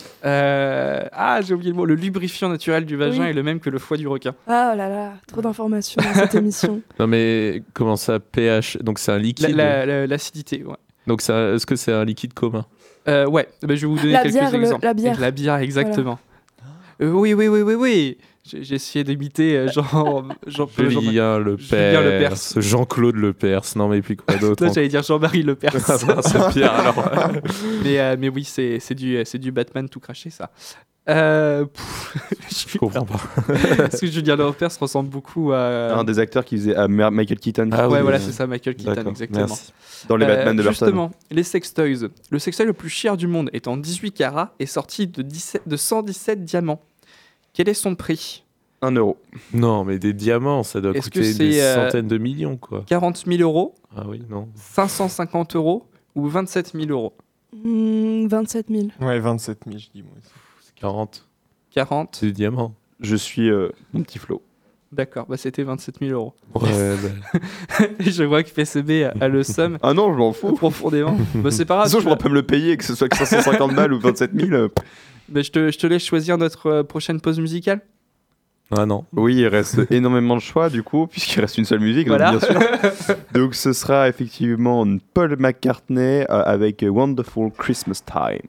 Euh, Ah, j'ai oublié le mot. Le lubrifiant naturel du vagin Oui. est le même que le foie du requin. Ah oh là là, trop d'informations dans cette émission. Non mais comment ça, pH? Donc c'est un La- liquide. la- la- l'acidité, ouais. Donc ça, est-ce que c'est un liquide commun? Euh, ouais, bah, je vais vous donner La quelques bière, le- exemples. la bière. La bière, exactement. Euh, oui, oui, oui, oui, oui. J'ai, j'ai essayé d'imiter euh, Jean, Jean, Jean, Julien Julien Lepers, Lepers. Jean-Claude Lepers, non mais puis quoi d'autre? Là, j'allais dire Jean-Marie Lepers. Ah, c'est Pierre alors. mais, euh, mais oui, c'est, c'est, du, c'est du Batman tout craché, ça. Euh, pff, Je comprends pas. Parce que Julien Lepers se ressemble beaucoup à. Un des acteurs qui faisait à Ma- Michael Keaton. Ah ouais, oui, voilà, euh, c'est ça, Michael Keaton, d'accord, exactement. merci. Dans les Batman de Burton. Justement, les sextoys. Le sextoy le plus cher du monde est en dix-huit carats et sorti de, dix-sept, de cent dix-sept diamants. Quel est son prix ? Un euro. Non, mais des diamants, ça doit Est-ce que coûter c'est, des euh, centaines de millions, quoi. quarante mille euros, Ah oui, non. cinq cent cinquante euros ou vingt-sept mille euros ? Hmm, vingt-sept mille. Ouais, vingt-sept mille, je dis moi aussi. C'est quarante. quarante. C'est des diamants. Je suis euh, mon petit Flo. D'accord, bah c'était vingt-sept mille euros. Ouais, bah, Je vois que P C B a, a le somme Ah non, je m'en fous. profondément. Bah, c'est pas De grave. toute façon, je tu pourrais pas me le payer, que ce soit que cinq cent cinquante balles ou vingt-sept mille. euh. bah, je, te, je te laisse choisir notre euh, prochaine pause musicale. ah non. Oui, il reste énormément de choix du coup, puisqu'il reste une seule musique, donc, Voilà. bien sûr. Donc ce sera effectivement Paul McCartney euh, avec Wonderful Christmas Time.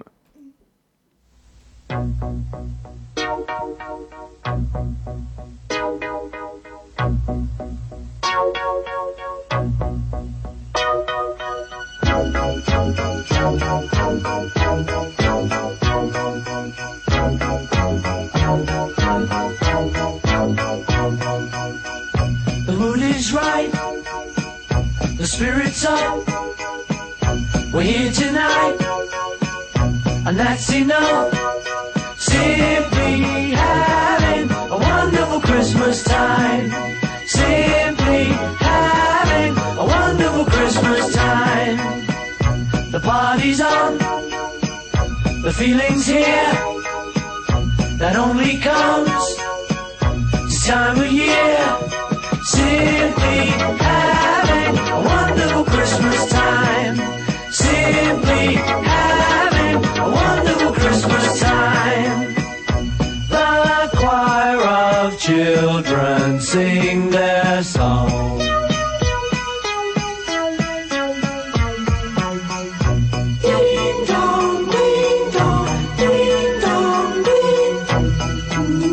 The mood is right, the spirit's up. We're here tonight, and that's enough. Simply having a wonderful Christmas time. Simply having a wonderful Christmas time. The party's on, the feeling's here. That only comes this time of year. Simply having a wonderful Christmas time. Simply having a wonderful Christmas time. The choir of children sing their song. Ding dong, ding dong, ding dong, ding.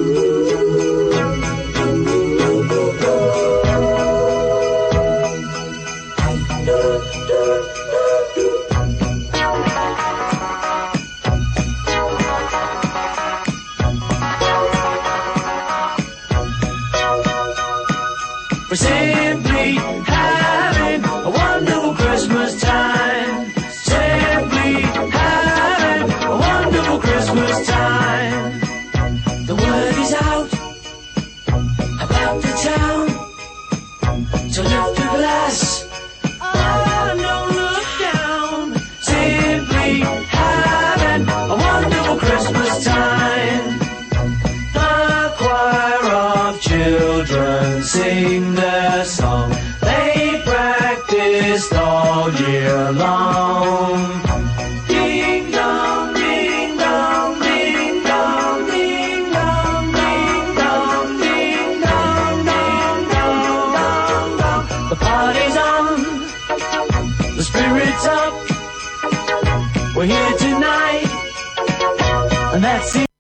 We're simply having a wonderful Christmas time. Simply having a wonderful Christmas time. The word is out about the town. So lift a glass. Oh, don't look down. Simply having a wonderful Christmas time. The choir of children sing their song. They practiced all year long. Ding dong, ding dong, ding dong, ding dong, ding dong, ding dong, ding dong, dong, dong. The party's on, the spirit's up. We're here tonight, and that's it.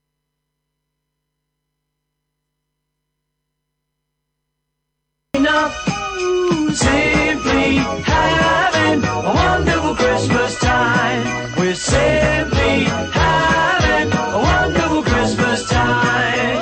Enough. Simply having a wonderful Christmas time. We're simply having a wonderful Christmas time.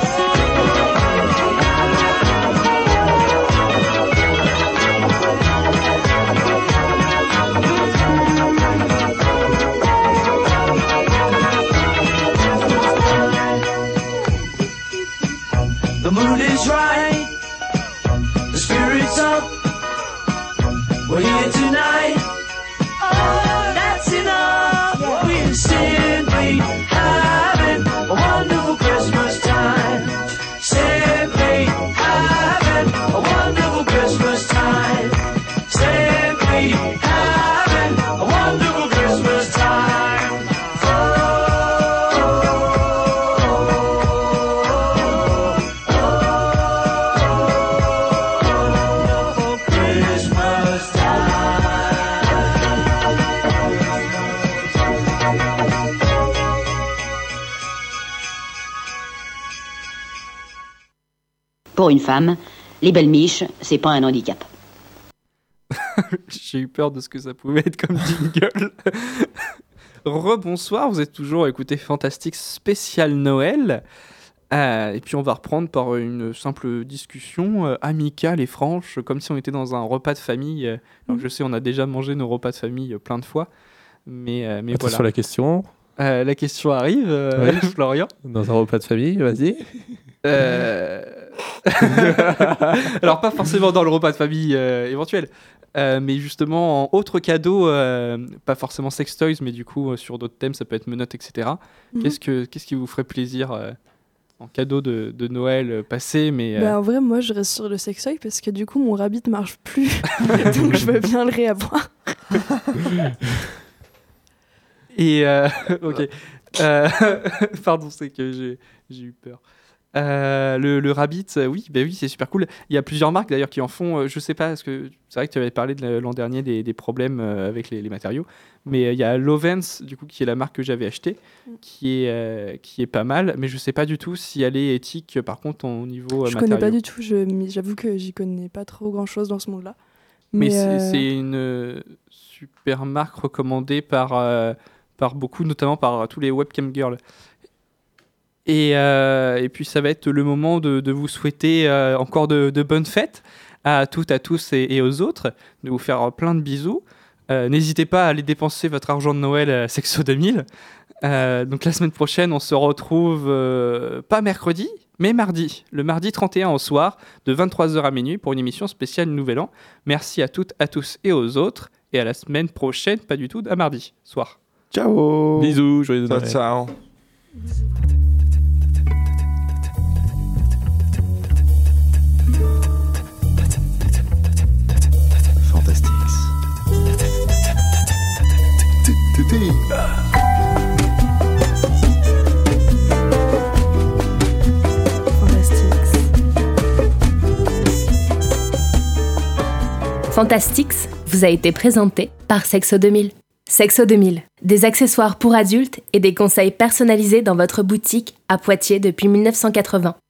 The mood is right, the spirit's up. We're here tonight. Oh, that's enough. We're simply having a wonderful Christmas time. Simply having a wonderful Christmas time. Simply having a wonderful Christmas time. Wonderful Christmas Pour une femme, les belles miches, c'est pas un handicap. J'ai eu peur de ce que ça pouvait être comme jingle. Rebonsoir, vous êtes toujours à écouter Fantastique spécial Noël. Euh, et puis on va reprendre par une simple discussion euh, amicale et franche, comme si on était dans un repas de famille. Euh, alors je sais, on a déjà mangé nos repas de famille euh, plein de fois, mais, euh, mais Attention voilà. la question. Euh, la question arrive, euh, Oui. Florian. Dans un repas de famille, vas-y. Euh... Alors pas forcément dans le repas de famille euh, éventuel, euh, mais justement en autre cadeau, euh, pas forcément sex toys, mais du coup euh, sur d'autres thèmes, ça peut être menottes, et cetera. Mhm. Qu'est-ce que qu'est-ce qui vous ferait plaisir euh, en cadeau de, de Noël euh, passé, mais euh, Bah, en vrai, moi, je reste sur le sextoy parce que du coup, mon rabbit marche plus. Donc, je veux bien le réavoir. et euh, ok, euh, pardon, c'est que j'ai j'ai eu peur. Euh, le, le Rabbit, euh, oui, bah oui, c'est super cool. Il y a plusieurs marques d'ailleurs qui en font. Euh, je sais pas, parce que c'est vrai que tu avais parlé de l'an dernier des, des problèmes euh, avec les, les matériaux, mais euh, il y a Lovens, du coup, qui est la marque que j'avais achetée, qui est euh, qui est pas mal, mais je sais pas du tout si elle est éthique. Par contre, au niveau euh, Je matériaux. connais pas du tout. Je, m'y- j'avoue que j'y connais pas trop grand-chose dans ce monde-là. Mais, Mais, c'est, euh, c'est une euh, super marque recommandée par euh, par beaucoup, notamment par tous les webcam girls. Et, euh, et puis ça va être le moment de, de vous souhaiter euh, encore de, de bonnes fêtes à toutes, à tous et, et aux autres, de vous faire plein de bisous. Euh, n'hésitez pas à aller dépenser votre argent de Noël à Sexo deux mille. Euh, donc la semaine prochaine, on se retrouve euh, pas mercredi, mais mardi, le mardi trente et un au soir, de vingt-trois heures à minuit pour une émission spéciale Nouvel An. Merci à toutes, à tous et aux autres. Et à la semaine prochaine, pas du tout, à mardi soir. Ciao. Bisous, joyeux Ciao, Noël. ciao. Fantastics. Fantastics vous a été présenté par Sexo deux mille. Sexo deux mille, des accessoires pour adultes et des conseils personnalisés dans votre boutique à Poitiers depuis mille neuf cent quatre-vingts.